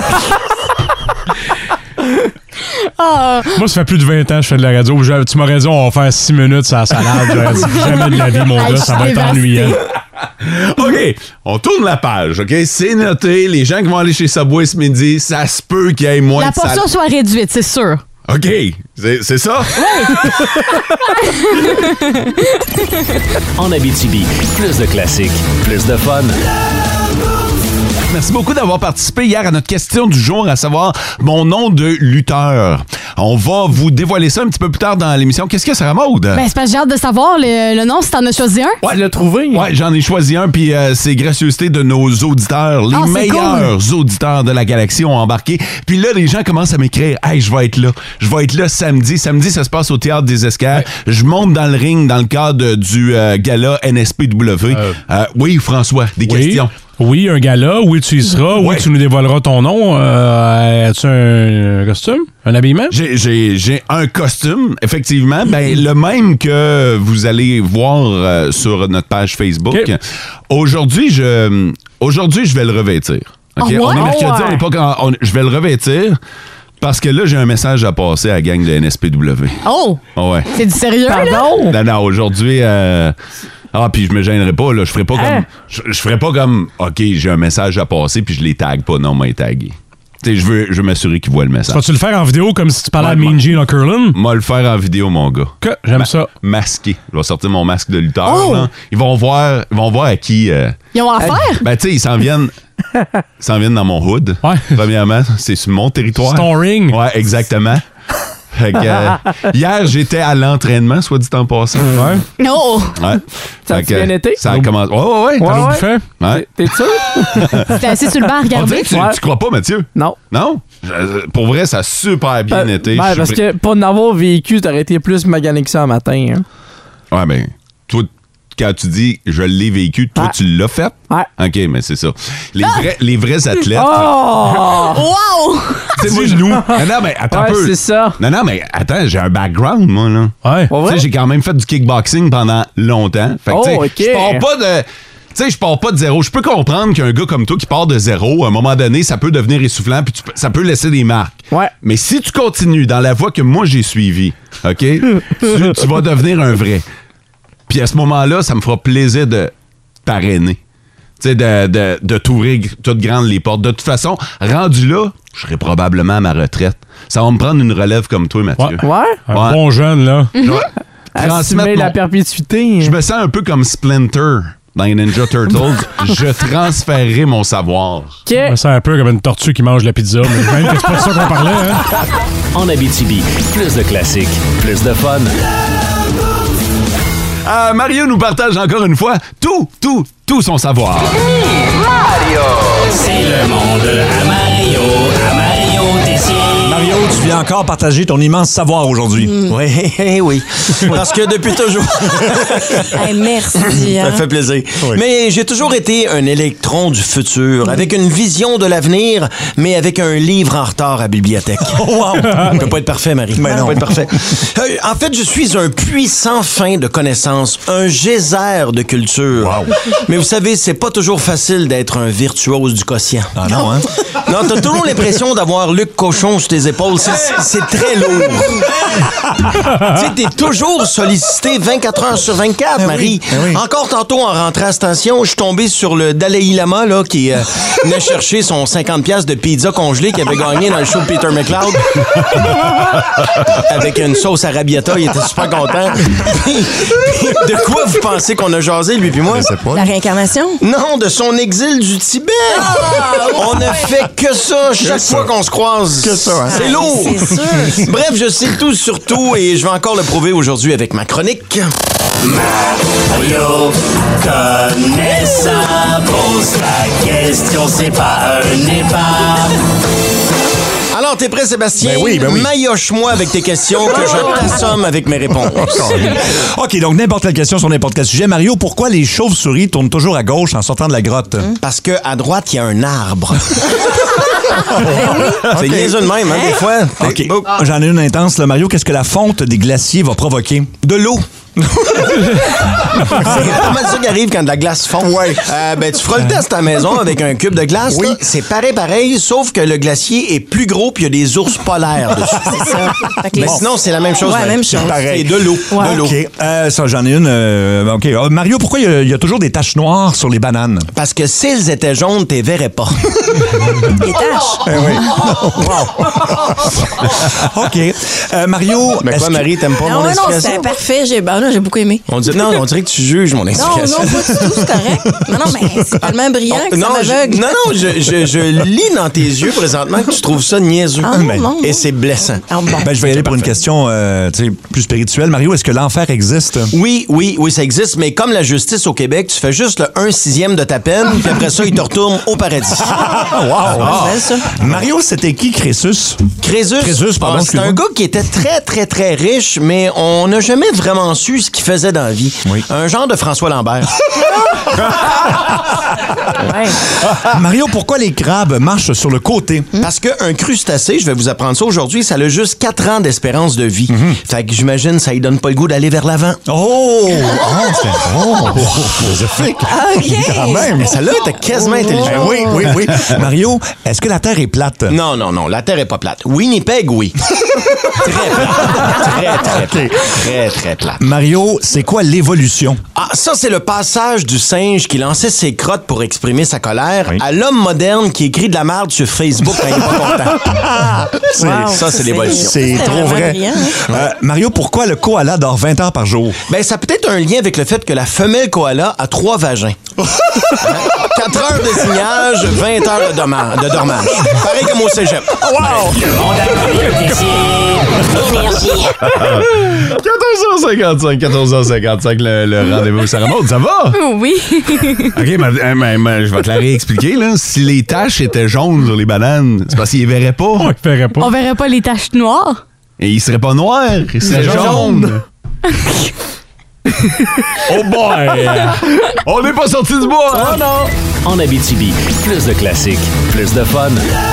S5: Ah,
S4: Moi, ça fait plus de vingt ans que je fais de la radio. Je- tu m'aurais dit, on va faire six minutes sur la salade. J'aurais dit, jamais de la vie, mon
S5: Hey,
S4: gars,
S5: je
S4: ça
S5: suis
S4: va être
S5: dévastée.
S4: ennuyant.
S3: OK, on tourne la page, OK? C'est noté. Les gens qui vont aller chez Subway ce midi, ça se peut qu'il y ait moins
S5: la
S3: de salade.
S5: portion soit réduite, c'est sûr.
S3: OK, c'est c'est ça?
S2: En Abitibi, plus de classiques, plus de fun.
S3: Merci beaucoup d'avoir participé hier à notre question du jour, à savoir mon nom de lutteur. On va vous dévoiler ça un petit peu plus tard dans l'émission. Qu'est-ce que ça, Maud?
S5: Ben, c'est parce que j'ai hâte de savoir le, le nom si t'en as choisi un.
S6: Tu l'as trouvé?
S3: Ouais, j'en ai choisi un, puis euh, c'est gracieuseté de nos auditeurs. Les
S5: Ah, c'est
S3: meilleurs auditeurs de la galaxie ont embarqué. Puis là, les gens commencent à m'écrire « Hey, je vais être là. Je vais être là samedi. » Samedi, ça se passe au Théâtre des Escales. Je monte dans le ring dans le cadre du euh, gala N S P W.
S4: Euh.
S3: Euh, oui, François, des
S4: Oui.
S3: questions.
S4: Oui, un gala. Oui, tu y seras. Oui,
S3: Ouais.
S4: tu nous dévoileras ton nom. Euh, As-tu un costume? Un habillement?
S3: J'ai- J'ai j'ai un costume, effectivement, ben, le même que vous allez voir euh, sur notre page Facebook.
S4: OK.
S3: Aujourd'hui, je aujourd'hui je vais le revêtir. OK?
S5: Ah ouais?
S3: On est mercredi,
S5: Ah ouais.
S3: on n'est pas quand- on- je vais le revêtir parce que là, j'ai un message à passer à la gang de N S P W.
S5: Oh,
S3: Ah ouais.
S5: c'est du sérieux, là?
S6: Pardon?
S3: Non, non, aujourd'hui... euh, Ah, puis je me gênerai pas, là. Je ferai pas comme...
S6: Hein?
S3: Je, je ferai pas comme... OK, j'ai un message à passer, puis je les tag pas. Non, mais tagué. Tu sais, je veux, je veux m'assurer qu'ils voient le message.
S4: Vas-tu le faire en vidéo comme si tu parlais à
S3: Ouais,
S4: Mean Gene Okerlund?
S3: Moi, le faire en vidéo, mon gars.
S4: Que j'aime ça.
S3: Masqué. Je vais sortir mon masque de lutteur.
S5: Oh!
S3: Là. Ils vont voir, ils vont voir à qui. euh,
S5: Ils ont affaire?
S3: Ben, tu sais, ils s'en viennent. Ils s'en viennent dans mon hood.
S4: Ouais.
S3: Premièrement, c'est sur mon territoire.
S4: C'est ton ring.
S3: Ouais, exactement. Fait que, euh, hier, j'étais à l'entraînement, soit dit en passant.
S4: Ouais.
S5: Non!
S3: Ouais.
S6: Ça
S3: Fait
S6: a-tu
S3: que,
S6: bien été?
S3: Ça a commencé. Ouais, ouais, ouais.
S6: Ouais,
S3: T'as-
S4: Au
S6: ouais.
S4: buffet?
S3: ouais.
S6: T'es sûr?
S5: T'es assis sur le banc à
S3: On
S5: regarder.
S3: dirait que tu,
S6: Ouais.
S3: tu crois pas, Mathieu?
S6: Non.
S3: Non? Je- Pour vrai, ça a super bien
S6: Ben,
S3: été.
S6: ben,
S3: Je suis
S6: parce
S3: prêt-
S6: que pour n'avoir vécu, t'aurais été plus magané que ça un matin. Hein?
S3: Ouais, ben, toi, quand tu dis je l'ai vécu, toi,
S6: Ouais.
S3: tu l'as fait?
S6: Ouais.
S3: OK, mais c'est ça. Les, vrais, les vrais athlètes.
S6: Oh!
S5: Wow!
S3: Tu sais, moi, je nous. Non, non, mais attends
S6: Ouais,
S3: un peu.
S6: c'est ça.
S3: Non, non, mais attends, j'ai un background, moi, là.
S4: Ouais.
S6: Pas
S3: Tu
S6: vrai?
S3: sais, j'ai quand même fait du kickboxing pendant longtemps. Fait que, tu sais,
S6: Oh, ok.
S3: je pars pas de. Tu sais, je pars pas de zéro. Je peux comprendre qu'un gars comme toi qui part de zéro, à un moment donné, ça peut devenir essoufflant puis tu peux- ça peut laisser des marques.
S6: Ouais.
S3: Mais si tu continues dans la voie que moi j'ai suivie, OK, tu, tu vas devenir un vrai. Puis à ce moment-là, ça me fera plaisir de parrainer. Tu sais, de, de, de t'ouvrir toutes grandes les portes. De toute façon, rendu là, je serai probablement à ma retraite. Ça va me prendre une relève comme toi, Mathieu.
S4: Ouais.
S6: Ouais?
S4: Un
S3: Ouais.
S4: bon jeune, là.
S3: Ouais.
S6: Assumer
S3: Transmettre
S6: la
S3: mon-
S6: perpétuité.
S3: Je me sens un peu comme Splinter dans les Ninja Turtles. Je transférerai mon savoir.
S6: OK.
S4: Je me sens un peu comme une tortue qui mange la pizza. Mais même que c'est pas de ça qu'on parlait, hein?
S2: En Abitibi, plus de classiques, plus de fun.
S3: Euh, Mario nous partage encore une fois tout, tout, tout son savoir.
S9: C'est le monde à Mario, à Mario Tessier.
S10: Mario, tu viens encore partager ton immense savoir aujourd'hui.
S9: Oui, oui. Parce que depuis toujours.
S5: Hey, merci.
S9: Ça
S5: hein.
S9: fait plaisir. Mais j'ai toujours été un électron du futur, avec une vision de l'avenir, mais avec un livre en retard à bibliothèque. Wow! Ça peut pas être parfait, Marie.
S10: Mais
S9: Ça
S10: non.
S9: peut pas être parfait. Euh, en fait, je suis un puits sans fin de connaissances, un geyser de culture.
S10: Wow.
S9: Mais vous savez, c'est pas toujours facile d'être un virtuose du quotient.
S10: Ah non, hein?
S9: Non, t'as toujours l'impression d'avoir Luc Cochon sur tes épaules. C'est, c'est très lourd. Tu sais, t'es toujours sollicité vingt-quatre heures sur vingt-quatre, ben Marie.
S10: Oui, ben oui.
S9: Encore tantôt, en rentrant à la station, je suis tombé sur le Dalai Lama, là, qui euh, venait chercher son cinquante piastres de pizza congelée qu'il avait gagné dans le show de Peter McLeod. Avec une sauce arrabbiata, il était super content. De quoi vous pensez qu'on a jasé, lui puis moi?
S10: Je sais pas.
S11: La réincarnation?
S9: Non, de son exil du Tibet.
S11: Ah,
S9: On ne fait que ça chaque
S10: ça.
S9: fois qu'on se croise.
S10: Que ça, hein?
S9: C'est lourd.
S11: C'est sûr.
S9: Bref, je sais tout sur tout et je vais encore le prouver aujourd'hui avec ma chronique.
S12: Mario connaît ça, pose la question, c'est pas un épave.
S9: Alors, t'es prêt, Sébastien?
S10: Ben oui, ben oui.
S9: Maillotche-moi avec tes questions que je t'assomme avec mes réponses.
S10: OK, donc n'importe quelle question sur n'importe quel sujet. Mario, pourquoi les chauves-souris tournent toujours à gauche en sortant de la grotte?
S9: Parce que à droite, il y a un arbre. C'est niaiseux de même, hein, des fois.
S10: OK, j'en ai une intense, là. Mario, qu'est-ce que la fonte des glaciers va provoquer?
S9: De l'eau. C'est pas mal ça qui arrive quand de la glace fond.
S10: Ouais.
S9: Euh, ben, tu feras le test à la maison avec un cube de glace.
S10: Oui.
S9: Là. C'est pareil, pareil, sauf que le glacier est plus gros puis il y a des ours polaires dessus.
S11: C'est ça. Fait que
S9: Mais
S11: les-
S9: sinon, c'est la même chose.
S11: Ouais,
S9: là.
S11: même chose.
S9: C'est de l'eau.
S11: Ouais.
S9: De l'eau.
S10: OK, euh, ça, j'en ai une. euh, OK. Ah, Mario, pourquoi il y a- il y, a toujours des taches noires sur les bananes?
S9: Parce que s'ils étaient jaunes, t'es verrais pas.
S11: Les tâches.
S10: Eh oui. OK. Euh, Mario,
S9: Mais
S10: est-ce
S9: quoi,
S10: que-
S9: Marie, t'aimes pas
S11: Non,
S9: mon
S11: ouais, non,
S9: explication?
S11: c'était parfait. J'ai, ben, là, j'ai beaucoup aimé.
S9: On dit, non, on dirait que tu juges mon
S11: Non,
S9: explication.
S11: non, pas du tout, c'est correct. Non, non, mais c'est tellement brillant que
S9: non,
S11: ça m'aveugle.
S9: je, non, non, je, je, je lis dans tes yeux présentement que tu trouves ça niaiseux.
S11: Ah, non, non,
S9: Et
S11: non.
S9: c'est blessant.
S11: Ah, bon.
S10: Ben, je vais y aller pour une question euh, tu sais, plus spirituelle. Mario, est-ce que l'enfer existe?
S9: Oui, oui, oui, ça existe, mais comme la justice au Québec, tu fais juste le un sixième de ta peine, puis après ça, il te retourne au paradis.
S10: Wow!
S11: belle, ça.
S10: Mario, c'était qui Crésus?
S9: Crésus,
S10: Crésus, pardon,
S9: ah, c'est
S10: excuse-moi.
S9: un gars qui était très, très, très riche, mais on n'a jamais vraiment su ce qu'il faisait dans la vie.
S10: Oui.
S9: Un genre de François Lambert.
S11: Ouais.
S10: Mario, pourquoi les crabes marchent sur le côté?
S9: Parce qu'un crustacé, je vais vous apprendre ça aujourd'hui, ça a juste quatre ans d'espérance de vie. Fait que j'imagine ça lui donne pas le goût d'aller vers l'avant.
S10: Oh! Oh, c'est oh, philosophique.
S11: OK.
S10: Quand même.
S9: Mais celle-là était quasiment intelligente.
S10: Ben oui, oui, oui. Mario, est-ce que la Terre est plate?
S9: Non, non, non, la Terre est pas plate. Winnipeg, oui. Très plate. Très, très plate. Très, très plate.
S10: Mario, c'est quoi l'évolution?
S9: Ah, ça, c'est le passage du singe qui lançait ses crottes pour exprimer sa colère
S10: Oui.
S9: à l'homme moderne qui écrit de la merde sur Facebook quand il est pas content.
S10: C'est-
S11: Wow,
S9: ça, c'est l'évolution.
S10: C'est
S11: C'était
S10: trop
S11: vraiment
S10: vrai.
S11: brillant, hein?
S10: Euh, Mario, pourquoi le koala dort vingt heures par jour?
S9: Ben, ça a peut-être un lien avec le fait que la femelle koala a trois vagins. quatre heures de signage, vingt heures de, doma- de dormage. Pareil comme au cégep.
S10: Wow!
S12: Le monde à Énergie.
S3: quatorze heures cinquante-cinq, quatorze heures cinquante-cinq, le, le rendez-vous Sarah Maud, ça va?
S5: Oui.
S3: OK, mais, mais- mais je vais te la réexpliquer. Là. Si les taches étaient jaunes sur les bananes, c'est parce qu'ils les verraient pas.
S4: On ne ferait pas.
S5: On verrait pas les taches noires.
S3: Et ils seraient pas noirs, ils seraient jaunes. Oh boy! On n'est pas sorti du bois!
S2: Oh non! En Abitibi, plus de classiques, plus de fun.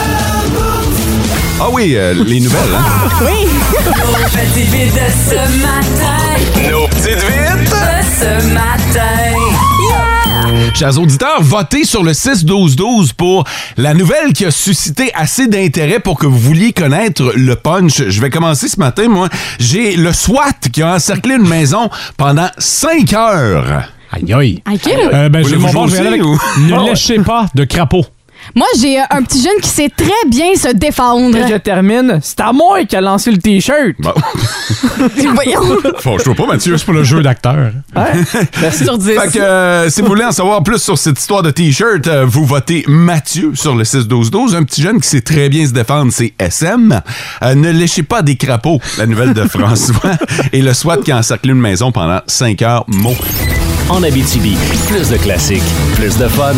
S3: Ah oui, euh, les nouvelles, hein?
S5: Oui.
S13: Nos petites vites de ce matin.
S2: Nos petites vites!
S13: De ce matin. Yeah!
S3: Chers auditeurs, votez sur le six douze douze pour la nouvelle qui a suscité assez d'intérêt pour que vous vouliez connaître le punch. Je vais commencer ce matin, moi. J'ai le SWAT qui a encerclé une maison pendant cinq heures.
S4: Aïe, aïe.
S5: OK.
S4: Euh, ben, j'ai
S3: Voulez-vous
S4: mon bon, je
S3: jouer
S4: vais aller avec
S3: aussi, ou?
S4: Ne léchez pas de crapaud.
S5: Moi, j'ai euh, un petit jeune qui sait très bien se défendre.
S6: Je termine. C'est à moi qui a lancé le T-shirt.
S3: Bon.
S5: Voyons.
S3: Fâche-toi pas, Mathieu.
S4: C'est pour le jeu d'acteur.
S6: Merci.
S5: Sur dix.
S3: Fait que euh, si vous voulez en savoir plus sur cette histoire de T-shirt, euh, vous votez Mathieu sur le six douze douze. Un petit jeune qui sait très bien se défendre, c'est S M. Euh, ne léchez pas des crapauds, la nouvelle de François. Et le SWAT qui a encerclé une maison pendant cinq heures. Mot.
S2: En Abitibi, plus de classiques, plus de fun.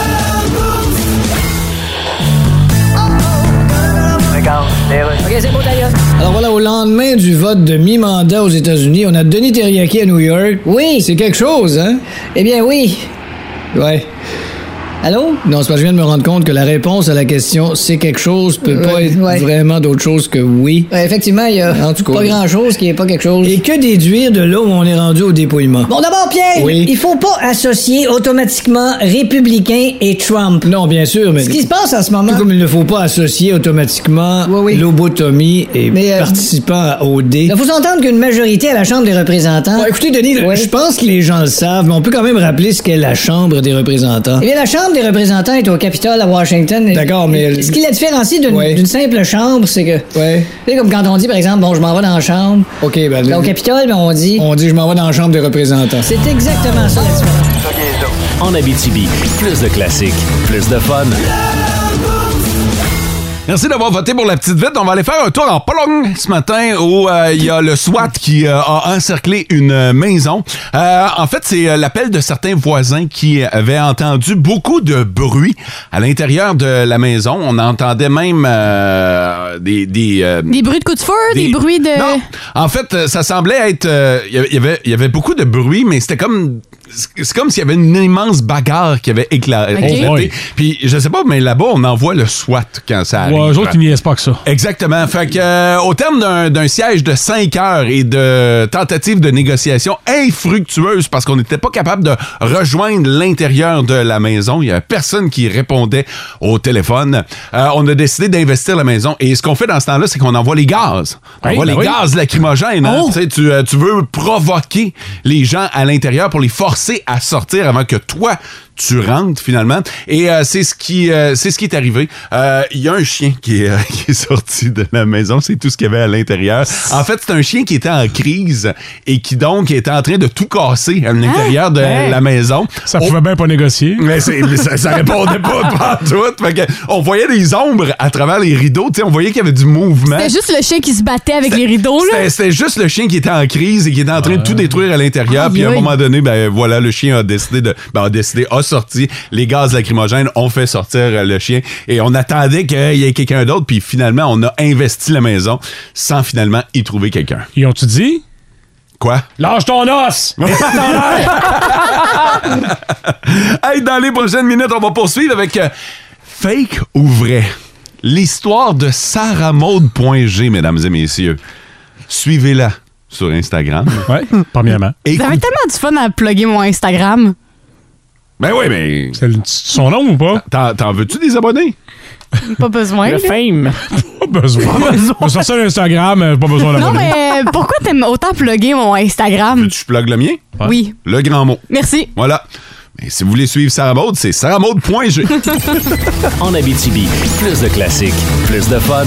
S8: OK, c'est bon, d'ailleurs. Alors voilà, au lendemain du vote de mi-mandat aux États-Unis, on a Denis Terriaki à New York. Oui. C'est quelque chose, hein? Eh bien, oui. Ouais.
S7: Allô? Non, c'est parce que je viens de me rendre compte que la réponse à la question « c'est quelque chose » peut pas
S8: Ouais,
S7: être
S8: ouais.
S7: vraiment d'autre chose que oui.
S8: Ouais, effectivement, il y a
S7: En tout cas.
S8: pas grand-chose qui est pas quelque chose.
S7: Et que déduire de là où on est rendu au dépouillement?
S8: Bon, d'abord, Pierre,
S7: Oui.
S8: il faut pas associer automatiquement républicain et Trump.
S7: Non, bien sûr, mais...
S8: Ce qui se passe en ce moment...
S7: Tout comme il ne faut pas associer automatiquement
S8: Oui, oui.
S7: lobotomie et
S8: Mais, euh,
S7: participant à O D.
S8: Il faut s'entendre qu'une majorité à la Chambre des représentants...
S7: Bon, écoutez, Denis,
S8: Oui.
S7: je pense que les gens le savent, mais on peut quand même rappeler ce qu'est la Chambre des représentants.
S8: Eh bien, la Chambre des représentants est au Capitole à Washington.
S7: D'accord, mais-
S8: Ce qui la différencie d'une
S7: Ouais.
S8: d'une simple chambre, c'est que...
S7: Ouais.
S8: Tu sais, comme quand on dit, par exemple, bon, je m'en vais dans la chambre.
S7: OK, ben...
S8: Là, au Capitole, ben, on dit...
S7: On dit « je m'en vais dans la Chambre des représentants ».
S8: C'est exactement ça, la différence.
S2: En Abitibi, plus de classiques, plus de fun.
S3: Merci d'avoir voté pour la petite vite. On va aller faire un tour en Pologne ce matin où euh, il y a le SWAT qui euh, a encerclé une euh, maison. Euh, en fait, c'est euh, l'appel de certains voisins qui avaient entendu beaucoup de bruit à l'intérieur de la maison. On entendait même euh, des... Des, euh,
S5: Des bruits de coups de feu, des,
S3: des-
S5: bruits de...
S3: Non, en fait, euh, ça semblait être... euh, Il y avait- il y avait, il y avait beaucoup de bruit, mais c'était comme... C'est comme s'il y avait une immense bagarre qui avait écla-
S5: Ok.
S3: éclaté.
S4: Oh boy.
S3: Puis, je sais pas, mais là-bas, on envoie le SWAT quand ça arrive.
S4: Ouais, eux autres, ils niaisent pas que ça.
S3: Exactement. Fait que, euh, au terme d'un, d'un siège de cinq heures et de tentatives de négociation infructueuses parce qu'on n'était pas capable de rejoindre l'intérieur de la maison, il y a personne qui répondait au téléphone. Euh, on a décidé d'investir la maison et ce qu'on fait dans ce temps-là, c'est qu'on envoie les gaz. On
S4: Oui,
S3: envoie
S4: ben
S3: les
S4: oui.
S3: gaz lacrymogènes. Hein?
S4: Oh!
S3: Tu sais, tu, euh, tu veux provoquer les gens à l'intérieur pour les forcer à sortir avant que toi tu rentres finalement. Et euh, c'est ce qui euh, c'est ce qui est arrivé. Euh, Il y a un chien qui est, euh, qui est sorti de la maison. C'est tout ce qu'il y avait à l'intérieur. En fait, c'est un chien qui était en crise et qui donc était en train de tout casser à l'intérieur de
S4: Hey!
S3: la maison.
S4: Ça
S3: Oh,
S4: pouvait bien pas négocier.
S3: mais, c'est- mais ça, ça répondait pas, pas à tout. Fait que on voyait des ombres à travers les rideaux. Tu sais, on voyait qu'il y avait du mouvement.
S5: C'était juste le chien qui se battait avec les rideaux, là.
S3: C'était, c'était juste le chien qui était en crise et qui était en train de tout détruire à l'intérieur.
S5: Aïe,
S3: Puis à un
S5: aïe.
S3: moment donné, ben voilà, le chien a décidé de, ben, a décidé, a sorti les gaz lacrymogènes, ont fait sortir euh, le chien et on attendait qu'il y ait quelqu'un d'autre. Puis finalement, on a investi la maison sans finalement y trouver quelqu'un.
S4: Ils ont-tu dit?
S3: Quoi?
S4: Lâche ton os! Et pas ton l'air!
S3: Hey, dans les prochaines minutes, on va poursuivre avec euh, Fake ou vrai? L'histoire de Sarah Maud.g, mesdames et messieurs. Suivez-la sur Instagram.
S4: Ouais, premièrement.
S3: Et
S5: J'avais tellement du fun à plugger mon Instagram.
S3: ben oui, mais
S4: C'est le- son nom ou pas?
S3: t'en, t'en veux-tu des abonnés?
S5: Pas besoin.
S6: Le
S5: là.
S6: fame.
S4: Pas besoin. Pas sur ça l'Instagram, euh, pas besoin
S5: Non,
S4: d'abonner.
S5: mais pourquoi t'aimes autant plugger mon Instagram?
S3: Tu plug le mien?
S5: Oui.
S3: Le grand mot.
S5: Merci.
S3: Voilà. Mais si vous voulez suivre Sarah Maud, c'est sarah maud.g.
S2: En Abitibi, plus de classiques, plus de fun.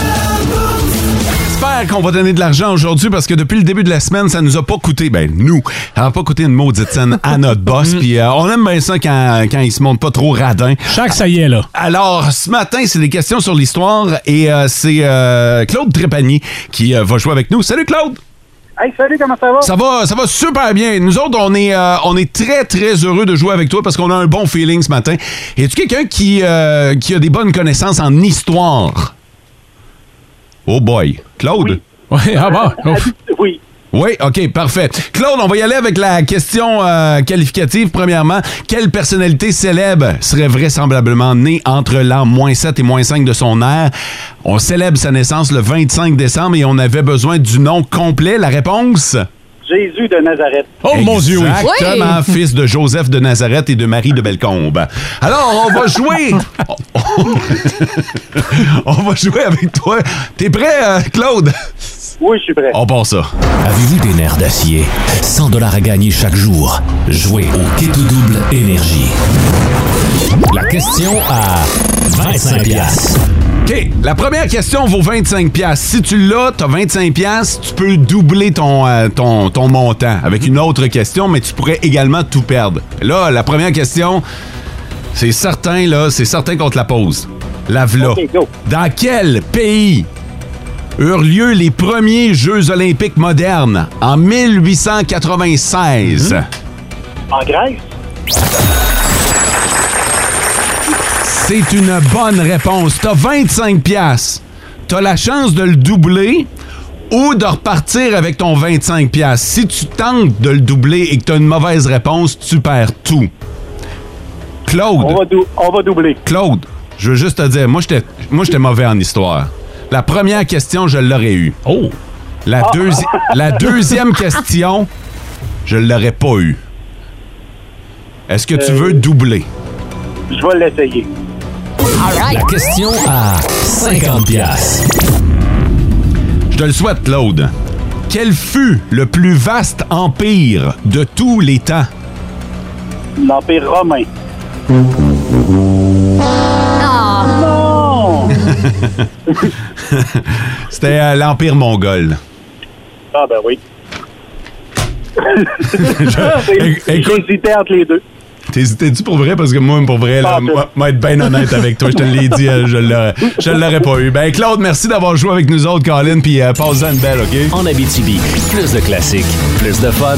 S3: J'espère qu'on va donner de l'argent aujourd'hui parce que depuis le début de la semaine, ça nous a pas coûté, ben nous, ça n'a pas coûté une maudite scène à notre boss. Puis euh, on aime bien ça quand, quand il se monte pas trop radin.
S4: Chaque ça y est, là.
S3: Alors, ce matin, c'est des questions sur l'histoire et euh, c'est euh, Claude Trépanier qui euh, va jouer avec nous. Salut Claude!
S14: Hey, salut, comment ça va?
S3: Ça va, ça va super bien. Nous autres, on est, euh, on est très, très heureux de jouer avec toi parce qu'on a un bon feeling ce matin. Es-tu quelqu'un qui, euh, qui a des bonnes connaissances en histoire? Oh boy. Claude?
S4: Oui, ah bon?
S14: Oui.
S3: Oui, OK, parfait. Claude, on va y aller avec la question euh, qualificative. Premièrement, quelle personnalité célèbre serait vraisemblablement née entre l'an moins sept et moins cinq de son ère? On célèbre sa naissance le vingt-cinq décembre et on avait besoin du nom complet. La réponse?
S14: Jésus de Nazareth.
S4: Oh mon Dieu, oui.
S3: Exactement,
S5: Oui.
S3: fils de Joseph de Nazareth et de Marie de Bellecombe. Alors, on va jouer. On va jouer avec toi. T'es prêt, euh, Claude?
S14: Oui, je suis prêt.
S3: On part ça.
S15: Avez-vous des nerfs d'acier? cent dollars à gagner chaque jour. Jouez au Kit Double Énergie. La question à vingt-cinq piastres.
S3: OK, la première question vaut vingt-cinq piastres. Si tu l'as, t'as vingt-cinq piastres, tu peux doubler ton, euh, ton, ton montant avec une autre question, mais tu pourrais également tout perdre. Là, la première question, c'est certain, là, c'est certain qu'on te la pose. La v'là.
S14: OK, go.
S3: Dans quel pays eurent lieu les premiers Jeux olympiques modernes en mille huit cent quatre-vingt-seize?
S14: En Grèce?
S3: C'est une bonne réponse. T'as vingt-cinq piastres. T'as la chance de le doubler ou de repartir avec ton vingt-cinq piastres. Si tu tentes de le doubler et que t'as une mauvaise réponse, tu perds tout. Claude.
S14: On va, dou- on va doubler.
S3: Claude, je veux juste te dire, moi, j'étais moi j'étais mauvais en histoire. La première question, je l'aurais eue.
S4: Oh!
S3: La,
S14: Ah.
S3: deuxi- la deuxième question, je l'aurais pas eue. Est-ce que tu
S14: Euh.
S3: veux doubler?
S14: Je vais l'essayer.
S15: La question à cinquante piastres.
S3: Je te le souhaite, Claude. Quel fut le plus vaste empire de tous les temps?
S14: L'Empire romain.
S5: Ah!
S14: Non!
S3: C'était euh, l'Empire mongol.
S14: Ah, ben oui.
S3: Je- écoute-
S14: J'hésitais entre les deux.
S3: T'hésitais-tu pour vrai? Parce que moi, pour vrai, là,
S14: Ah,
S3: moi, moi, être bien honnête avec toi, je te l'ai dit, euh, je l'aurais, je l'aurais pas eu. Ben, Claude, merci d'avoir joué avec nous autres, Colin, puis euh, passe-en une belle, OK?
S2: En Abitibi, plus de classiques, plus de fun.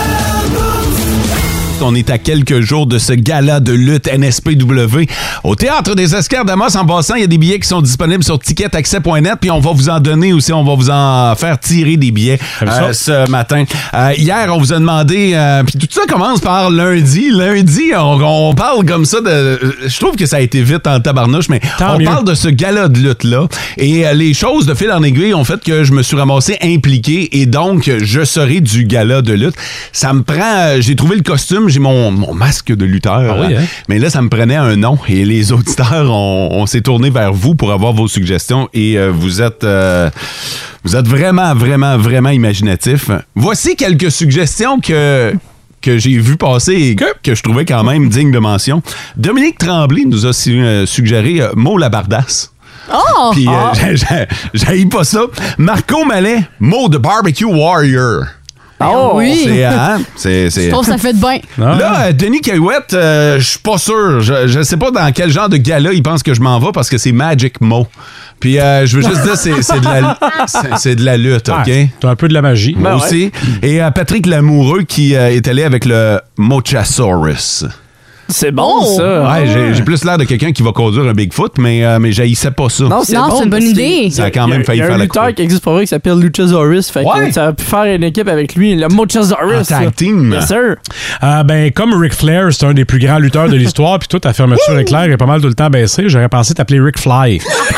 S3: On est à quelques jours de ce gala de lutte N S P W au Théâtre des Escars d'Amos. En passant, il y a des billets qui sont disponibles sur ticket accès point net, puis on va vous en donner aussi, on va vous en faire tirer des billets euh, ce matin. Euh, hier, on vous a demandé, euh, puis tout ça commence par lundi. Lundi, on, on parle comme ça de... Je trouve que ça a été vite en tabarnouche, mais
S4: Tant
S3: on
S4: mieux.
S3: parle de ce gala de lutte-là. Et euh, les choses de fil en aiguille ont fait que je me suis ramassé impliqué et donc je serai du gala de lutte. Ça me prend... euh, j'ai trouvé le costume, j'ai mon, mon masque de lutteur.
S4: Ah oui, hein?
S3: Mais là, ça me prenait un nom et les auditeurs, on, on s'est tourné vers vous pour avoir vos suggestions et euh, vous êtes euh, vous êtes vraiment, vraiment, vraiment imaginatifs. Voici quelques suggestions que que j'ai vu passer et que, que je trouvais quand même digne de mention. Dominique Tremblay nous a su- euh, suggéré euh, Mo la bardasse.
S5: Oh!
S3: Puis euh,
S5: Ah.
S3: j'ai- j'ai- j'haïs pas ça. Marco Mallet, Mo de Barbecue Warrior.
S5: Oh oui!
S3: C'est, hein? C'est, c'est...
S5: Je trouve que ça fait de bien.
S3: Là, euh, Denis Caillouette, euh, je suis pas sûr. Je, je sais pas dans quel genre de gala il pense que je m'en vais parce que c'est Magic Mo. Puis euh, je veux juste dire, c'est, c'est, de la, c'est, c'est de la lutte, OK?
S4: Ouais, t'as un peu de la magie.
S3: Moi aussi. Et euh, Patrick Lamoureux qui euh, est allé avec le Mochasaurus.
S6: C'est bon,
S5: Oh!
S6: ça.
S3: Ouais, j'ai, j'ai plus l'air de quelqu'un qui va conduire un Bigfoot, mais, euh, mais j'haïssais pas ça.
S6: Non, c'est
S5: Non,
S6: bon,
S5: c'est une bonne
S6: parce que
S5: idée.
S3: Ça a quand même
S6: il y
S3: failli
S6: il y a
S3: faire
S6: un
S3: la
S6: lutteur
S3: coupe.
S6: qui existe pour vrai qui s'appelle Luchasaurus. Fait
S3: Ouais.
S6: que ça a pu faire une équipe avec lui, le Mochasaurus.
S3: En tag team.
S6: Bien sûr.
S4: Euh, ben, comme Ric Flair, c'est un des plus grands lutteurs de l'histoire, puis toi, ta fermeture éclair est pas mal tout le temps baissée, j'aurais pensé t'appeler Ric Fly.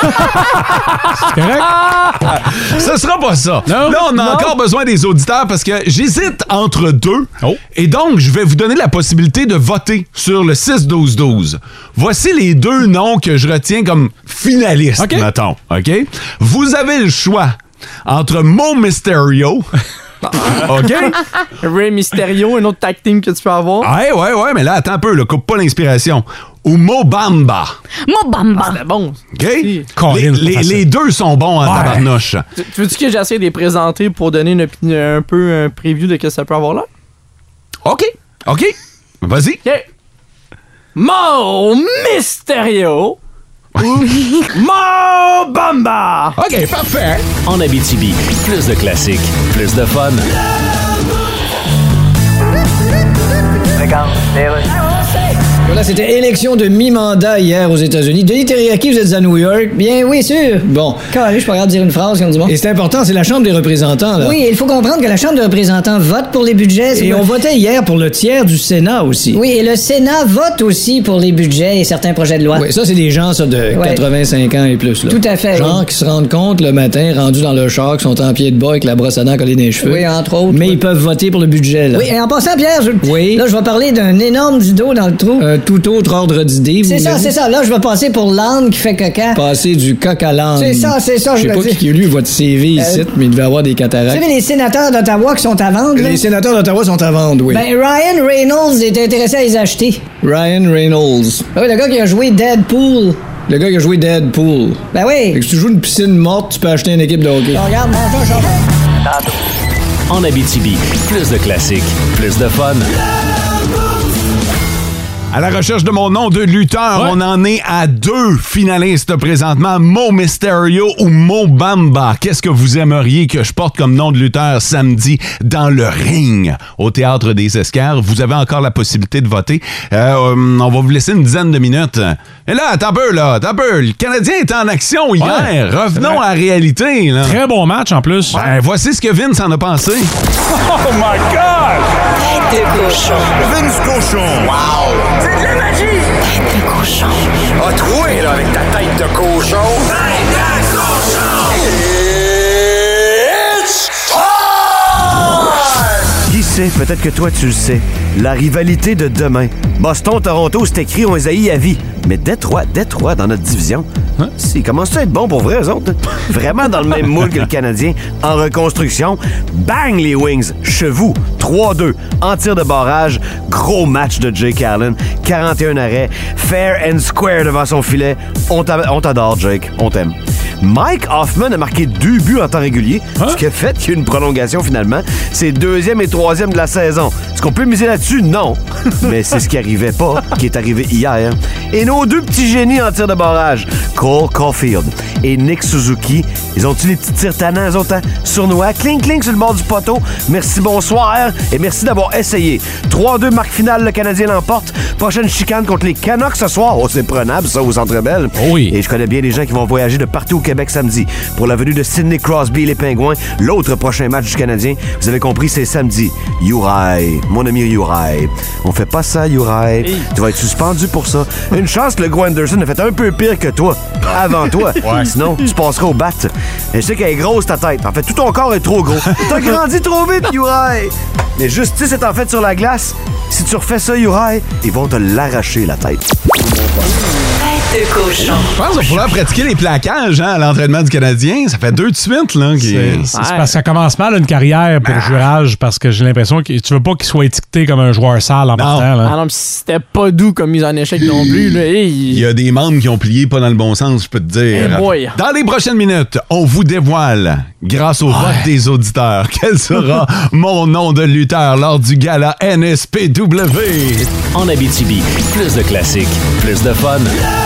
S4: C'est correct?
S3: Ce sera pas ça.
S4: Non?
S3: Là, on a
S6: Non.
S3: encore besoin des auditeurs parce que j'hésite entre deux.
S4: Oh.
S3: Et donc, je vais vous donner la possibilité de voter sur le six douze douze. Voici les deux noms que je retiens comme finalistes,
S4: OK.
S3: mettons. OK? Vous avez le choix entre Mo Mysterio. OK?
S6: Rey Mysterio, un autre tag team que tu peux avoir.
S3: Ouais, ouais, ouais, mais là, attends un peu, là, coupe pas l'inspiration. Ou Mo Bamba.
S5: Mo Bamba.
S6: C'était bon.
S3: OK?
S4: Colin,
S3: Les,
S4: c'est pas
S3: les-
S4: facile.
S3: les deux sont bons en
S4: Ouais.
S3: tabarnouche.
S6: Tu, tu veux-tu que j'essaie de les présenter pour donner une opinion, un peu un preview de ce que ça peut avoir là?
S3: OK, OK. Vas-y.
S6: OK. Mo Mysterio ou Mo Bamba.
S3: OK, parfait.
S2: En Abitibi, plus de classiques, plus de fun.
S7: Voilà, c'était élection de mi-mandat hier aux États-Unis. Denis Terriaki, vous êtes à New York? Bien, oui, sûr. Bon. Quand je suis pas capable de dire une phrase comme du bon. Et c'est important, c'est la Chambre des représentants, là.
S16: Oui, il faut comprendre que la Chambre des représentants vote pour les budgets.
S7: Et on votait hier pour le tiers du Sénat aussi.
S16: Oui, et le Sénat vote aussi pour les budgets et certains projets de loi.
S7: Oui, ça, c'est des gens, ça, de
S16: Ouais.
S7: quatre-vingt-cinq ans et plus, là.
S16: Tout à fait,
S7: Genre
S16: oui.
S7: qui se rendent compte le matin, rendus dans leur char, qui sont en pied de bas avec la brosse à dents collée dans les cheveux.
S16: Oui, entre autres.
S7: Mais ils peuvent voter pour le budget, là.
S16: Oui, et en passant, Pierre, je...
S7: Oui.
S16: là, je vais parler d'un énorme dido dans le trou.
S7: Un tout autre ordre d'idée, vous
S16: c'est ça,
S7: voulez
S16: c'est
S7: dire?
S16: ça. Là, je vais passer pour l'âne qui fait caca.
S7: Passer du coq à l'âne.
S16: C'est ça, c'est ça,
S7: Je
S16: je
S7: sais
S16: veux
S7: pas
S16: dire.
S7: qui a lu votre C V ici,
S16: Euh,
S7: mais il devait avoir des
S16: Vous
S7: cataractes.
S16: savez, les sénateurs d'Ottawa qui sont à vendre, là?
S7: Les sénateurs d'Ottawa sont à vendre, oui.
S16: Ben, Ryan Reynolds est intéressé à les acheter.
S7: Ryan Reynolds.
S16: Ah oui, le gars qui a joué Deadpool.
S7: Le gars qui a joué Deadpool.
S16: Ben
S7: Fait
S16: oui.
S7: que si tu joues une piscine morte, tu peux acheter une équipe de hockey.
S16: Regarde, mange un champagne.
S2: En Abitibi, plus de classiques, plus de fun.
S3: À la recherche de mon nom de lutteur,
S4: Ouais.
S3: on en est à deux finalistes présentement, Mo Mysterio ou Mo Bamba. Qu'est-ce que vous aimeriez que je porte comme nom de lutteur samedi dans le ring au Théâtre des Escars? Vous avez encore la possibilité de voter. Euh, on va vous laisser une dizaine de minutes. Et là, attends un peu, là, attends un peu. Le Canadien est en action hier.
S4: Ouais.
S3: Revenons à la réalité. Là.
S4: Très bon match en plus.
S3: Ben, voici ce que Vince en a pensé.
S12: Oh my God! Tête de cochon. Vince cochon. Wow! C'est de la magie!
S13: Tête de cochon.
S12: A troué, là, avec ta tête de cochon. Tête de cochon! It's time!
S17: Qui sait, peut-être que toi tu le sais. La rivalité de demain. Boston-Toronto, c'est écrit, on les haït à vie. Mais Détroit, Détroit, dans notre division, hein? Ils commencent à être bons pour vrai, eux autres. Vraiment dans le même moule que le Canadien. En reconstruction, bang les Wings, chevaux, trois deux. En tir de barrage, gros match de Jake Allen. quarante et un arrêts, fair and square devant son filet. On t'a- on t'adore, Jake. On t'aime. Mike Hoffman a marqué deux buts en temps régulier, hein? Ce qui a fait qu'il y a eu une prolongation finalement. C'est deuxième et troisième de la saison. Est-ce qu'on peut miser là-dessus? Non. Mais c'est ce qui arrivait pas, qui est arrivé hier. Et nos deux petits génies en tir de barrage, Cole Caulfield et Nick Suzuki, ils ont-tu les petits tirs tannants, eux autres, hein? Sournois, cling cling sur le bord du poteau. Merci, bonsoir, et merci d'avoir essayé. trois deux, marque finale, le Canadien l'emporte. Prochaine chicane contre les Canucks ce soir. Oh, c'est prenable, ça, au Centre Bell.
S4: Oh oui.
S17: Et je connais bien des gens qui vont voyager de partout au Québec samedi pour la venue de Sidney Crosby et les Pingouins, l'autre prochain match du Canadien. Vous avez compris, c'est samedi. Uri, mon ami Uri. On fait pas ça, Uri. Hey. Tu vas être suspendu pour ça. Une chance que le gars Anderson a fait un peu pire que toi, avant toi. Ouais. Sinon, tu passeras au bat. Et je sais qu'elle est grosse, ta tête. En fait, tout ton corps est trop gros. T'as grandi trop vite, Uri. Mais justice est en fait sur la glace. Si tu refais ça, Uri, ils vont te l'arracher, la tête.
S13: Tête de cochon.
S3: Je pense qu'il va falloir pratiquer les plaquages hein, à l'entraînement du Canadien. Ça fait deux de suite. Là, qui...
S4: C'est, c'est parce que ça commence mal une carrière pour ah. Jurage parce que j'ai l'impression que tu veux pas qu'il soit étiqueté comme un joueur sale en partant. Là.
S6: Ah non, mais c'était pas doux comme mise en échec non plus. Là. Hey,
S3: il y a des membres qui ont plié pas dans le bon sens, je peux te dire.
S6: Hey boy.
S3: Dans les prochaines minutes, on vous dévoile, grâce au ouais. vote des auditeurs, quel sera mon nom de lutteur lors du gala N S P W.
S15: En Abitibi, plus de classiques, plus de fun.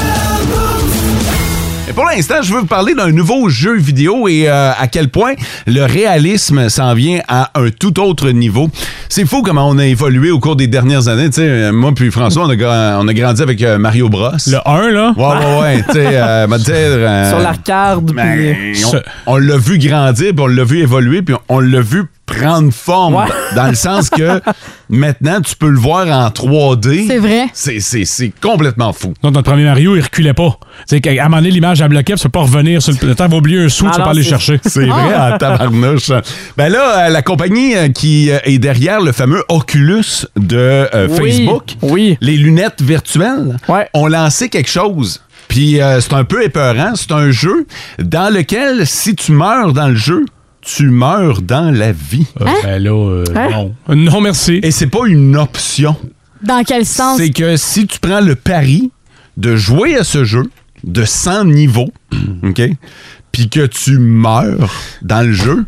S3: Et pour l'instant, je veux vous parler d'un nouveau jeu vidéo et euh, à quel point le réalisme s'en vient à un tout autre niveau. C'est fou comment on a évolué au cours des dernières années. Tu sais, moi puis François, on a, on a grandi avec euh, Mario Bros.
S4: Le un, là?
S3: Ouais, ouais, ouais. Tu sais, euh, euh,
S6: sur l'arcade.
S3: Ben, on, on l'a vu grandir, puis on l'a vu évoluer, puis on l'a vu prendre forme, ouais. dans le sens que maintenant, tu peux le voir en trois D.
S5: C'est vrai.
S3: C'est, c'est, c'est complètement fou.
S4: Donc, notre premier Mario, il reculait pas. Tu sais, à un moment donné, l'image a bloqué, tu peux pas revenir sur le temps, va oublier un sou, ah tu peux pas aller
S3: c'est...
S4: chercher.
S3: C'est vrai, en ah. tabarnouche. Ben là, la compagnie qui est derrière le fameux Oculus de euh,
S6: oui.
S3: Facebook,
S6: oui.
S3: les lunettes virtuelles,
S6: ouais.
S3: ont lancé quelque chose. Puis euh, c'est un peu épeurant. C'est un jeu dans lequel, si tu meurs dans le jeu, tu meurs dans la vie.
S4: Euh, hein? Ben là, euh, hein? non. Non, merci.
S3: Et c'est pas une option.
S5: Dans quel sens?
S3: C'est que si tu prends le pari de jouer à ce jeu de cent niveaux, OK, puis que tu meurs dans le jeu,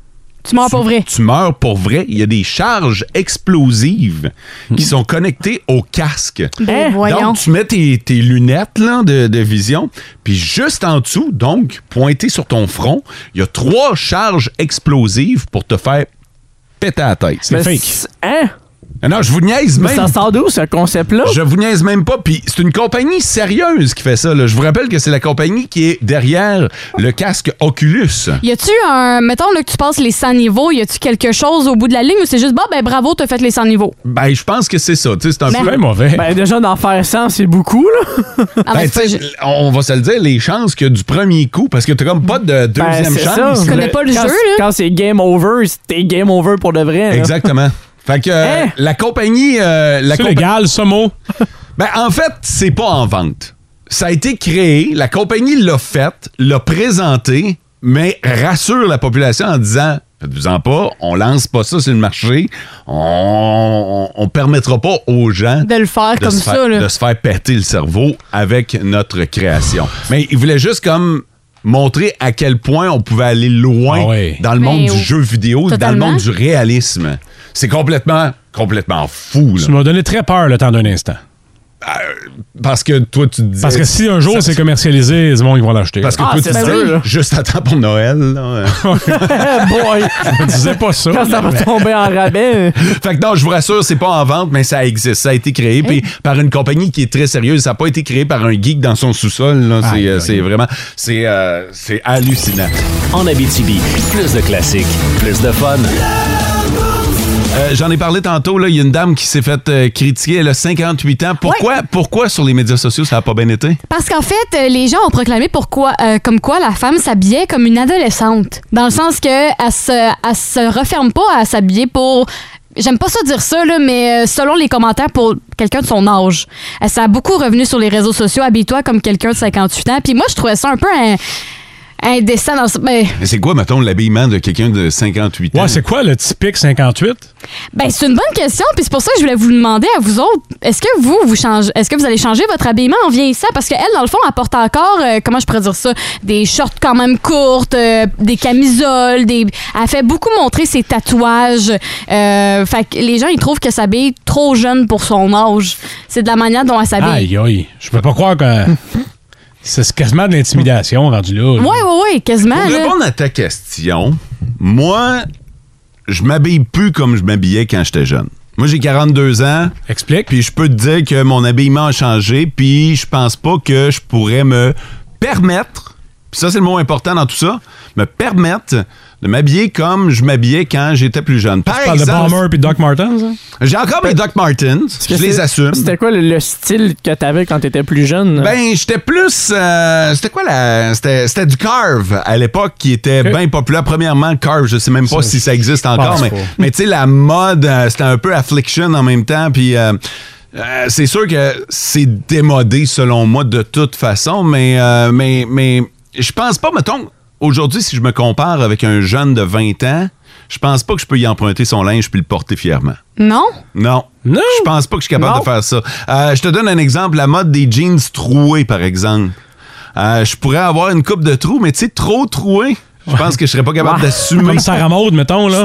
S5: Tu meurs
S3: tu,
S5: pour vrai.
S3: Tu meurs pour vrai. Il y a des charges explosives qui sont connectées au casque.
S5: Ben, voyons.
S3: Donc, tu mets tes, tes lunettes là, de, de vision, puis juste en dessous, donc, pointé sur ton front, il y a trois charges explosives pour te faire péter la tête.
S6: C'est fake. Hein?
S3: Non, je vous niaise même.
S6: Mais ça sort d'où, ce concept-là?
S3: Je vous niaise même pas. Puis c'est une compagnie sérieuse qui fait ça. Là. Je vous rappelle que c'est la compagnie qui est derrière le casque Oculus.
S5: Y a-tu un... Mettons là, que tu passes les cent niveaux, y a-tu quelque chose au bout de la ligne ou c'est juste, bah, ben bravo, t'as fait les cent niveaux?
S3: Ben, je pense que c'est ça. Tu sais, c'est un
S5: Mais...
S3: peu mauvais.
S6: Ben, déjà, d'en faire cent, c'est beaucoup, là.
S5: Ah,
S3: ben,
S5: ben,
S3: je... On va se le dire, les chances que du premier coup, parce que t'as comme pas de deuxième
S6: ben,
S3: chance.
S6: Ça.
S5: Tu connais pas le
S6: quand,
S5: jeu, là?
S6: Quand c'est game over, t'es game over pour de vrai. Là.
S3: Exactement. Fait que euh,
S6: hein?
S3: la compagnie... Euh, la
S4: c'est
S3: compa-
S4: légal, ce mot?
S3: Ben, en fait, c'est pas en vente. Ça a été créé, la compagnie l'a fait, l'a présenté, mais rassure la population en disant... Faites-vous-en pas, on lance pas ça sur le marché, on, on, on permettra pas aux gens
S5: de le faire
S3: de
S5: comme
S3: se faire,
S5: ça, là.
S3: de se faire péter le cerveau avec notre création. Mais ils voulaient juste comme montrer à quel point on pouvait aller loin
S4: ah oui.
S3: dans le
S5: Mais
S3: monde
S5: oh,
S3: du jeu vidéo,
S5: totalement.
S3: dans le monde du réalisme. C'est complètement, complètement fou. Là.
S4: Tu m'as donné très peur le temps d'un instant.
S3: Euh, parce que toi, tu te disais...
S4: Parce que si un jour c'est commercialisé, c'est bon, ils vont l'acheter.
S3: Parce que
S6: ah,
S3: toi, tu te disais,
S6: oui.
S3: juste à temps pour Noël. Là.
S6: Boy!
S4: Je disais pas ça.
S6: Quand ça va tomber en rabais.
S3: Fait que non, je vous rassure, c'est pas en vente, mais ça existe. Ça a été créé
S5: Hein?
S3: puis par une compagnie qui est très sérieuse. Ça n'a pas été créé par un geek dans son sous-sol. Là. C'est,
S4: aïe,
S3: euh,
S4: aïe.
S3: c'est vraiment... C'est, euh, c'est hallucinant.
S15: En Abitibi, plus de classiques, plus de fun.
S3: Euh, j'en ai parlé tantôt, là, il y a une dame qui s'est faite euh, critiquer, elle a cinquante-huit ans. Pourquoi, ouais. pourquoi sur les médias sociaux ça n'a pas bien été?
S5: Parce qu'en fait, euh, les gens ont proclamé pourquoi, euh, comme quoi la femme s'habillait comme une adolescente. Dans le sens qu'elle se, elle se referme pas à s'habiller pour... J'aime pas ça dire ça, là, mais selon les commentaires pour quelqu'un de son âge. Ça a beaucoup revenu sur les réseaux sociaux. Habille-toi comme quelqu'un de cinquante-huit ans. Puis moi, je trouvais ça un peu un... indécent dans ce... Ben...
S3: Mais c'est quoi, mettons, l'habillement de quelqu'un de cinquante-huit ans?
S4: Ouais, c'est quoi le typique cinquante-huit?
S5: Ben, c'est une bonne question, puis c'est pour ça que je voulais vous demander à vous autres, est-ce que vous, vous changez, est-ce que vous allez changer votre habillement en vieillissant? Parce qu'elle, dans le fond, elle porte encore, euh, comment je pourrais dire ça, des shorts quand même courtes, euh, des camisoles, des... elle fait beaucoup montrer ses tatouages. Euh, fait que les gens, ils trouvent qu'elle s'habille trop jeune pour son âge. C'est de la manière dont elle s'habille.
S4: Aïe, aïe. Je peux pas croire que... C'est quasiment de l'intimidation rendu là.
S5: Oui, oui, oui, quasiment.
S3: Pour
S5: là.
S3: répondre à ta question, moi, je m'habille plus comme je m'habillais quand j'étais jeune. Moi, j'ai quarante-deux ans.
S4: Explique.
S3: Puis je peux te dire que mon habillement a changé, puis je pense pas que je pourrais me permettre, puis ça, c'est le mot important dans tout ça, me permettre de m'habiller comme je m'habillais quand j'étais plus jeune. Par
S4: tu parles
S3: exemple,
S4: de Bomber puis Doc Martens? Hein?
S3: J'ai encore mes Doc Martens, je les assume.
S6: C'était quoi le, le style que t'avais quand t'étais plus jeune?
S3: Ben, j'étais plus... Euh, c'était quoi la... C'était, c'était du Carve à l'époque qui était okay. bien populaire. Premièrement, Carve, je sais même pas ça, si ça existe encore, mais, mais tu sais, la mode, euh, c'était un peu Affliction en même temps, puis... Euh, Euh, c'est sûr que c'est démodé selon moi de toute façon, mais euh, mais mais je pense pas, mettons, aujourd'hui, si je me compare avec un jeune de vingt ans, je pense pas que je peux y emprunter son linge puis le porter fièrement.
S5: Non?
S3: Non.
S4: Non?
S3: Je pense pas que je suis capable
S6: non.
S3: de faire ça. Euh, je te donne un exemple, la mode des jeans troués, par exemple. Euh, je pourrais avoir une coupe de trous, mais tu sais, trop troué. Je pense que je serais pas capable ouais. d'assumer.
S4: Comme Sarah Maud, mettons, là.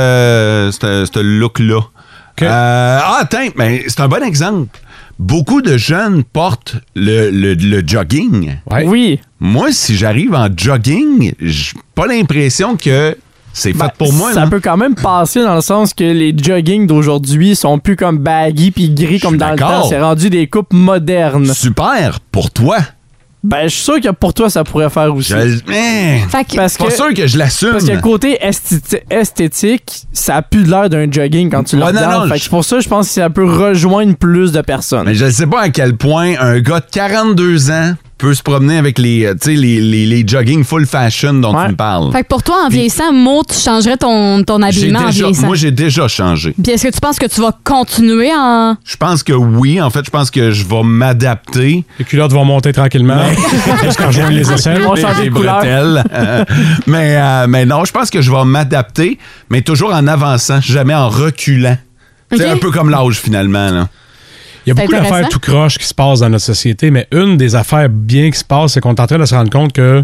S3: Ce look-là. Okay. Euh, ah, attends, mais c'est un bon exemple. Beaucoup de jeunes portent le, le, le jogging.
S6: Ouais. Oui.
S3: Moi, si j'arrive en jogging, j'ai pas l'impression que c'est fait ben, pour moi.
S6: Ça
S3: là.
S6: peut quand même passer dans le sens que les joggings d'aujourd'hui sont plus comme baggy puis gris comme dans d'accord. le temps. C'est rendu des coupes modernes.
S3: Super, pour toi.
S6: Ben, je suis sûr que pour toi, ça pourrait faire aussi.
S3: Je... Eh,
S5: que...
S3: Parce que... pas sûr que je l'assume.
S6: Parce que le côté esthé- esthétique, ça a plus l'air d'un jogging quand tu le ouais, regardes. Non, non, fait je... que pour ça, je pense que ça peut rejoindre plus de personnes.
S3: Mais je ne sais pas à quel point un gars de quarante-deux ans peut se promener avec les, les, les, les jogging full fashion dont ouais. tu me parles.
S5: Fait que pour toi, en vieillissant, Mo, tu changerais ton, ton habillement
S3: déjà,
S5: en vieillissant?
S3: Moi, j'ai déjà changé.
S5: Puis est-ce que tu penses que tu vas continuer en...
S3: Je pense que oui. En fait, je pense que je vais m'adapter.
S4: Les culottes vont monter tranquillement. Jusqu'à rejoindre les aisselles.
S6: On va changer de couleur.
S3: euh, mais, euh, mais non, je pense que je vais m'adapter, mais toujours en avançant, jamais en reculant. Okay. C'est un peu comme l'âge, finalement, là.
S4: Il y a beaucoup d'affaires tout croche qui se passent dans notre société, mais une des affaires bien qui se passe, c'est qu'on est en train de se rendre compte que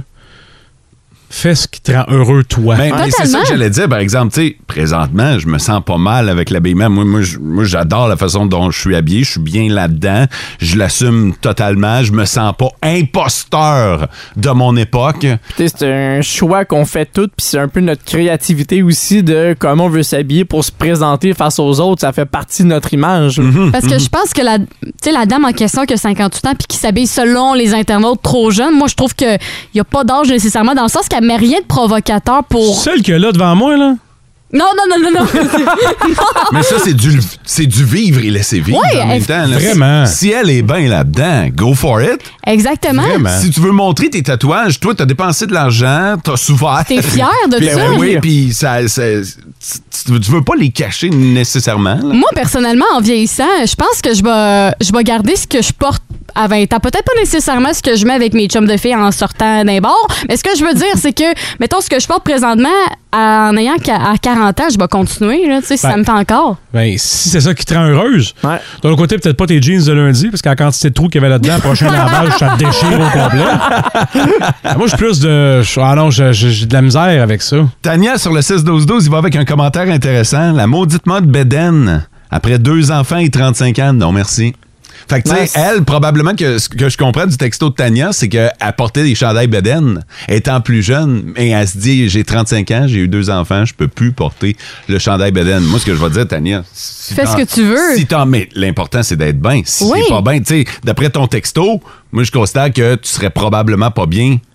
S4: fais ce qui te rend heureux, toi.
S3: Ben, mais c'est ça que j'allais dire, par exemple, tu sais, présentement, je me sens pas mal avec l'habillement. Moi, moi, moi, j'adore la façon dont je suis habillé, je suis bien là-dedans, je l'assume totalement, je me sens pas imposteur de mon époque.
S6: C'est un choix qu'on fait tous, puis c'est un peu notre créativité aussi de comment on veut s'habiller pour se présenter face aux autres, ça fait partie de notre image.
S3: Mm-hmm.
S5: Parce que mm-hmm. je pense que la, la dame en question qui a cinquante-huit ans puis qui s'habille selon les internautes trop jeunes, moi, je trouve qu'il n'y a pas d'âge nécessairement dans le sens qu'elle mais rien de provocateur pour...
S4: Celle qu'il y a là devant moi, là?
S5: Non, non, non, non, non.
S3: Mais ça, c'est du, c'est du vivre et laisser vivre
S5: ouais,
S3: en même temps. Là.
S4: Vraiment.
S3: Si elle est bien là-dedans, go for it.
S5: Exactement.
S3: Vraiment. Si tu veux montrer tes tatouages, toi, t'as dépensé de l'argent, t'as souffert.
S5: T'es fier de
S3: puis,
S5: ça.
S3: Euh, oui, puis ça, ça, tu, tu veux pas les cacher nécessairement. Là.
S5: Moi, personnellement, en vieillissant, je pense que je vais, je vais garder ce que je porte à vingt ans. Peut-être pas nécessairement ce que je mets avec mes chums de filles en sortant d'un bar, mais ce que je veux dire, c'est que, mettons, ce que je porte présentement, en ayant à quarante ans, je vais continuer, là, tu sais, si ben, ça me fait encore.
S4: Ben, si c'est ça qui te rend heureuse.
S6: Ouais.
S4: De l'autre côté, peut-être pas tes jeans de lundi, parce que la quantité de trous qu'il y avait là-dedans, prochain lavage, ça te déchire au complet. Moi, je suis plus de... Ah non, j'ai, j'ai de la misère avec ça.
S3: Tania, sur le six douze douze, il va avec un commentaire intéressant. La maudite mode bédaine, après deux enfants et trente-cinq ans, non merci. Fait que, tu sais, nice. Elle, probablement que ce que je comprends du texto de Tania, c'est qu'elle portait des chandails bédaines étant plus jeune, mais elle se dit, j'ai trente-cinq ans, j'ai eu deux enfants, je peux plus porter le chandail bédaine. Moi, ce que je vais dire, Tania, si
S5: fais ce que tu veux.
S3: Si t'en, mais l'important, c'est d'être bien. Si
S5: oui.
S3: t'es pas bien, tu sais, d'après ton texto, moi, je constate que tu serais probablement pas bien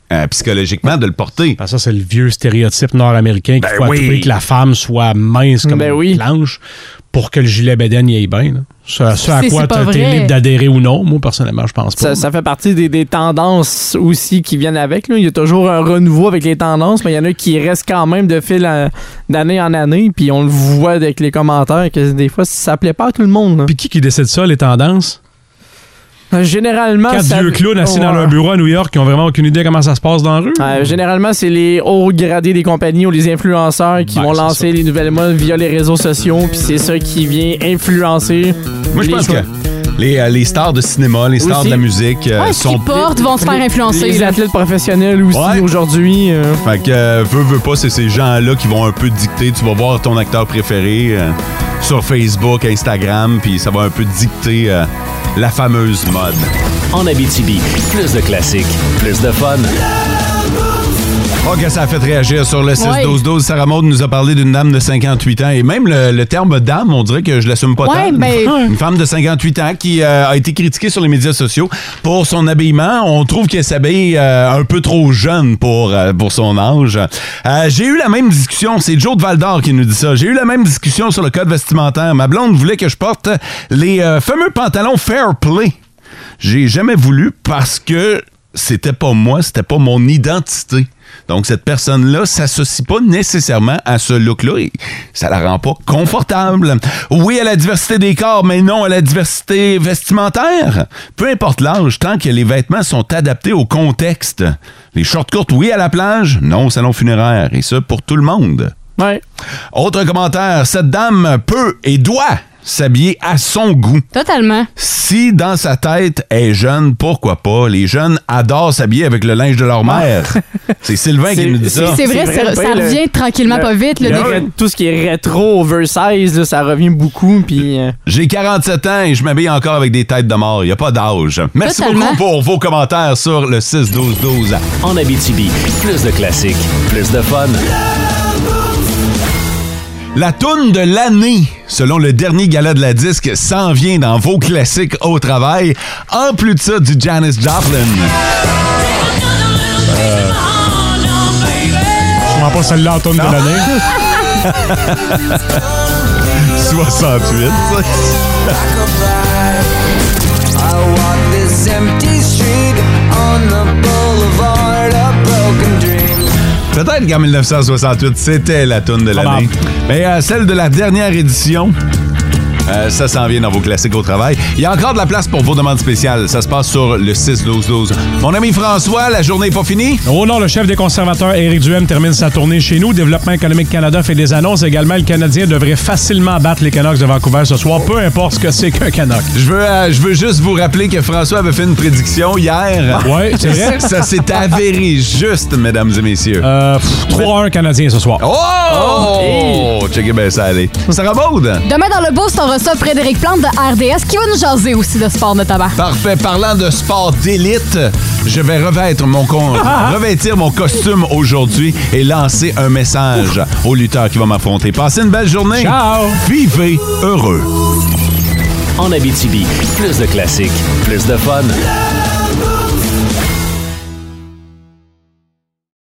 S3: euh, psychologiquement de le porter.
S4: Ben ça, c'est le vieux stéréotype nord-américain qu'il
S3: Ben
S4: faut à tout
S3: oui.
S4: prix que la femme soit mince comme
S6: Ben
S4: une
S6: oui.
S4: planche pour que le gilet bédaine y aille bien. là. Ce, ce à
S5: C'est-
S4: quoi
S5: c'est pas
S4: t'es
S5: vrai.
S4: libre d'adhérer ou non. Moi, personnellement, je pense pas.
S6: Ça, ça fait partie des, des tendances aussi qui viennent avec. Là. Il y a toujours un renouveau avec les tendances, mais il y en a qui restent quand même de fil à- d'année en année. Puis on le voit avec les commentaires que des fois, ça plaît pas à tout le monde. là.
S4: Puis qui qui décide ça, les tendances?
S6: Euh, Généralement,
S4: Quatre
S6: ça-
S4: vieux clowns assis dans
S6: Ouais.
S4: leur bureau à New York qui ont vraiment aucune idée comment ça se passe dans la rue?
S6: Euh, généralement, c'est les hauts gradés des compagnies ou les influenceurs qui
S4: Ouais,
S6: vont
S4: c'est
S6: lancer les nouvelles modes via les réseaux sociaux, puis c'est ça qui vient influencer.
S3: Moi, je
S6: les
S3: pense
S6: choix.
S3: que les, euh, les stars de cinéma, les stars
S6: Aussi.
S3: de la musique euh,
S5: Ouais, ce
S3: sont...
S5: qu'ils portent vont se faire influencer.
S6: Les
S5: là.
S6: athlètes professionnels aussi
S3: Ouais.
S6: aujourd'hui. euh,
S3: Fait que, euh, veux, veux pas, c'est ces gens-là qui vont un peu dicter. Tu vas voir ton acteur préféré euh, sur Facebook, Instagram, puis ça va un peu dicter euh, la fameuse mode.
S2: En Abitibi, plus de classiques, plus de fun.
S3: Oh, que ça a fait réagir sur le six douze douze. Sarah Maud nous a parlé d'une dame de cinquante-huit ans. Et même le, le terme dame, on dirait que je l'assume pas
S5: Ouais,
S3: tant.
S5: ben-
S3: Une femme de cinquante-huit ans qui euh, a été critiquée sur les médias sociaux pour son habillement. On trouve qu'elle s'habille euh, un peu trop jeune pour, euh, pour son âge. Euh, j'ai eu la même discussion. C'est Joe de Val-d'Or qui nous dit ça. J'ai eu la même discussion sur le code vestimentaire. Ma blonde voulait que je porte les euh, fameux pantalons Fair Play. J'ai jamais voulu parce que c'était pas moi, c'était pas mon identité. Donc, cette personne-là s'associe pas nécessairement à ce look-là et ça la rend pas confortable. Oui, à la diversité des corps, mais non à la diversité vestimentaire. Peu importe l'âge, tant que les vêtements sont adaptés au contexte. Les shorts courtes, oui, à la plage, non au salon funéraire. Et ça, pour tout le monde.
S6: Ouais.
S3: Autre commentaire, cette dame peut et doit s'habiller à son goût.
S5: Totalement.
S3: Si dans sa tête elle est jeune, pourquoi pas? Les jeunes adorent s'habiller avec le linge de leur mère. C'est Sylvain qui
S6: C'est-
S3: nous dit ça.
S5: C'est vrai, ça,
S6: ben,
S5: ça
S6: le-
S5: revient tranquillement
S6: le-
S5: pas vite. Là,
S6: le
S5: des-
S6: ré- tout ce qui est rétro, oversize, là, ça revient beaucoup. Puis, euh,
S3: J'ai quarante-sept ans et je m'habille encore avec des têtes de mort. Il n'y a pas d'âge. Merci
S5: Totalement.
S3: beaucoup pour vos commentaires sur le six douze douze.
S2: En Abitibi, plus de classiques, plus de fun.
S3: La toune de l'année, selon le dernier gala de la disque, s'en vient dans vos classiques au travail. En plus de ça, du Janis Joplin.
S4: Je ne pas celle-là en tonne de l'année.
S3: soixante-huit. Peut-être qu'en dix-neuf cent soixante-huit, c'était la toune de l'année. Mais euh, celle de la dernière édition, euh, ça s'en vient dans vos classiques au travail. Il y a encore de la place pour vos demandes spéciales. Ça se passe sur le six douze douze. Mon ami François, la journée n'est pas finie?
S4: Oh non, le chef des conservateurs, Éric Duhem, termine sa tournée chez nous. Développement économique Canada fait des annonces. Également, le Canadien devrait facilement battre les Canucks de Vancouver ce soir, peu importe ce que c'est qu'un Canuck.
S3: Je veux, euh, je veux juste vous rappeler que François avait fait une prédiction hier.
S4: Ouais, c'est vrai.
S3: Ça s'est avéré juste, mesdames et messieurs.
S4: Euh, trois un Canadien ce soir.
S3: Oh! Oh! Checkez bien ça aller. Sarah Maud?
S5: Demain, dans le boost, on reçoit Frédéric Plante de R D S qui va nous jaser aussi de sport notamment.
S3: Parfait. Parlant de sport d'élite, je vais revêtir mon, con- revêtir mon costume aujourd'hui et lancer un message au lutteur qui va m'affronter. Passez une belle journée.
S4: Ciao!
S3: Vivez heureux.
S2: En Abitibi, plus de classiques, plus de fun.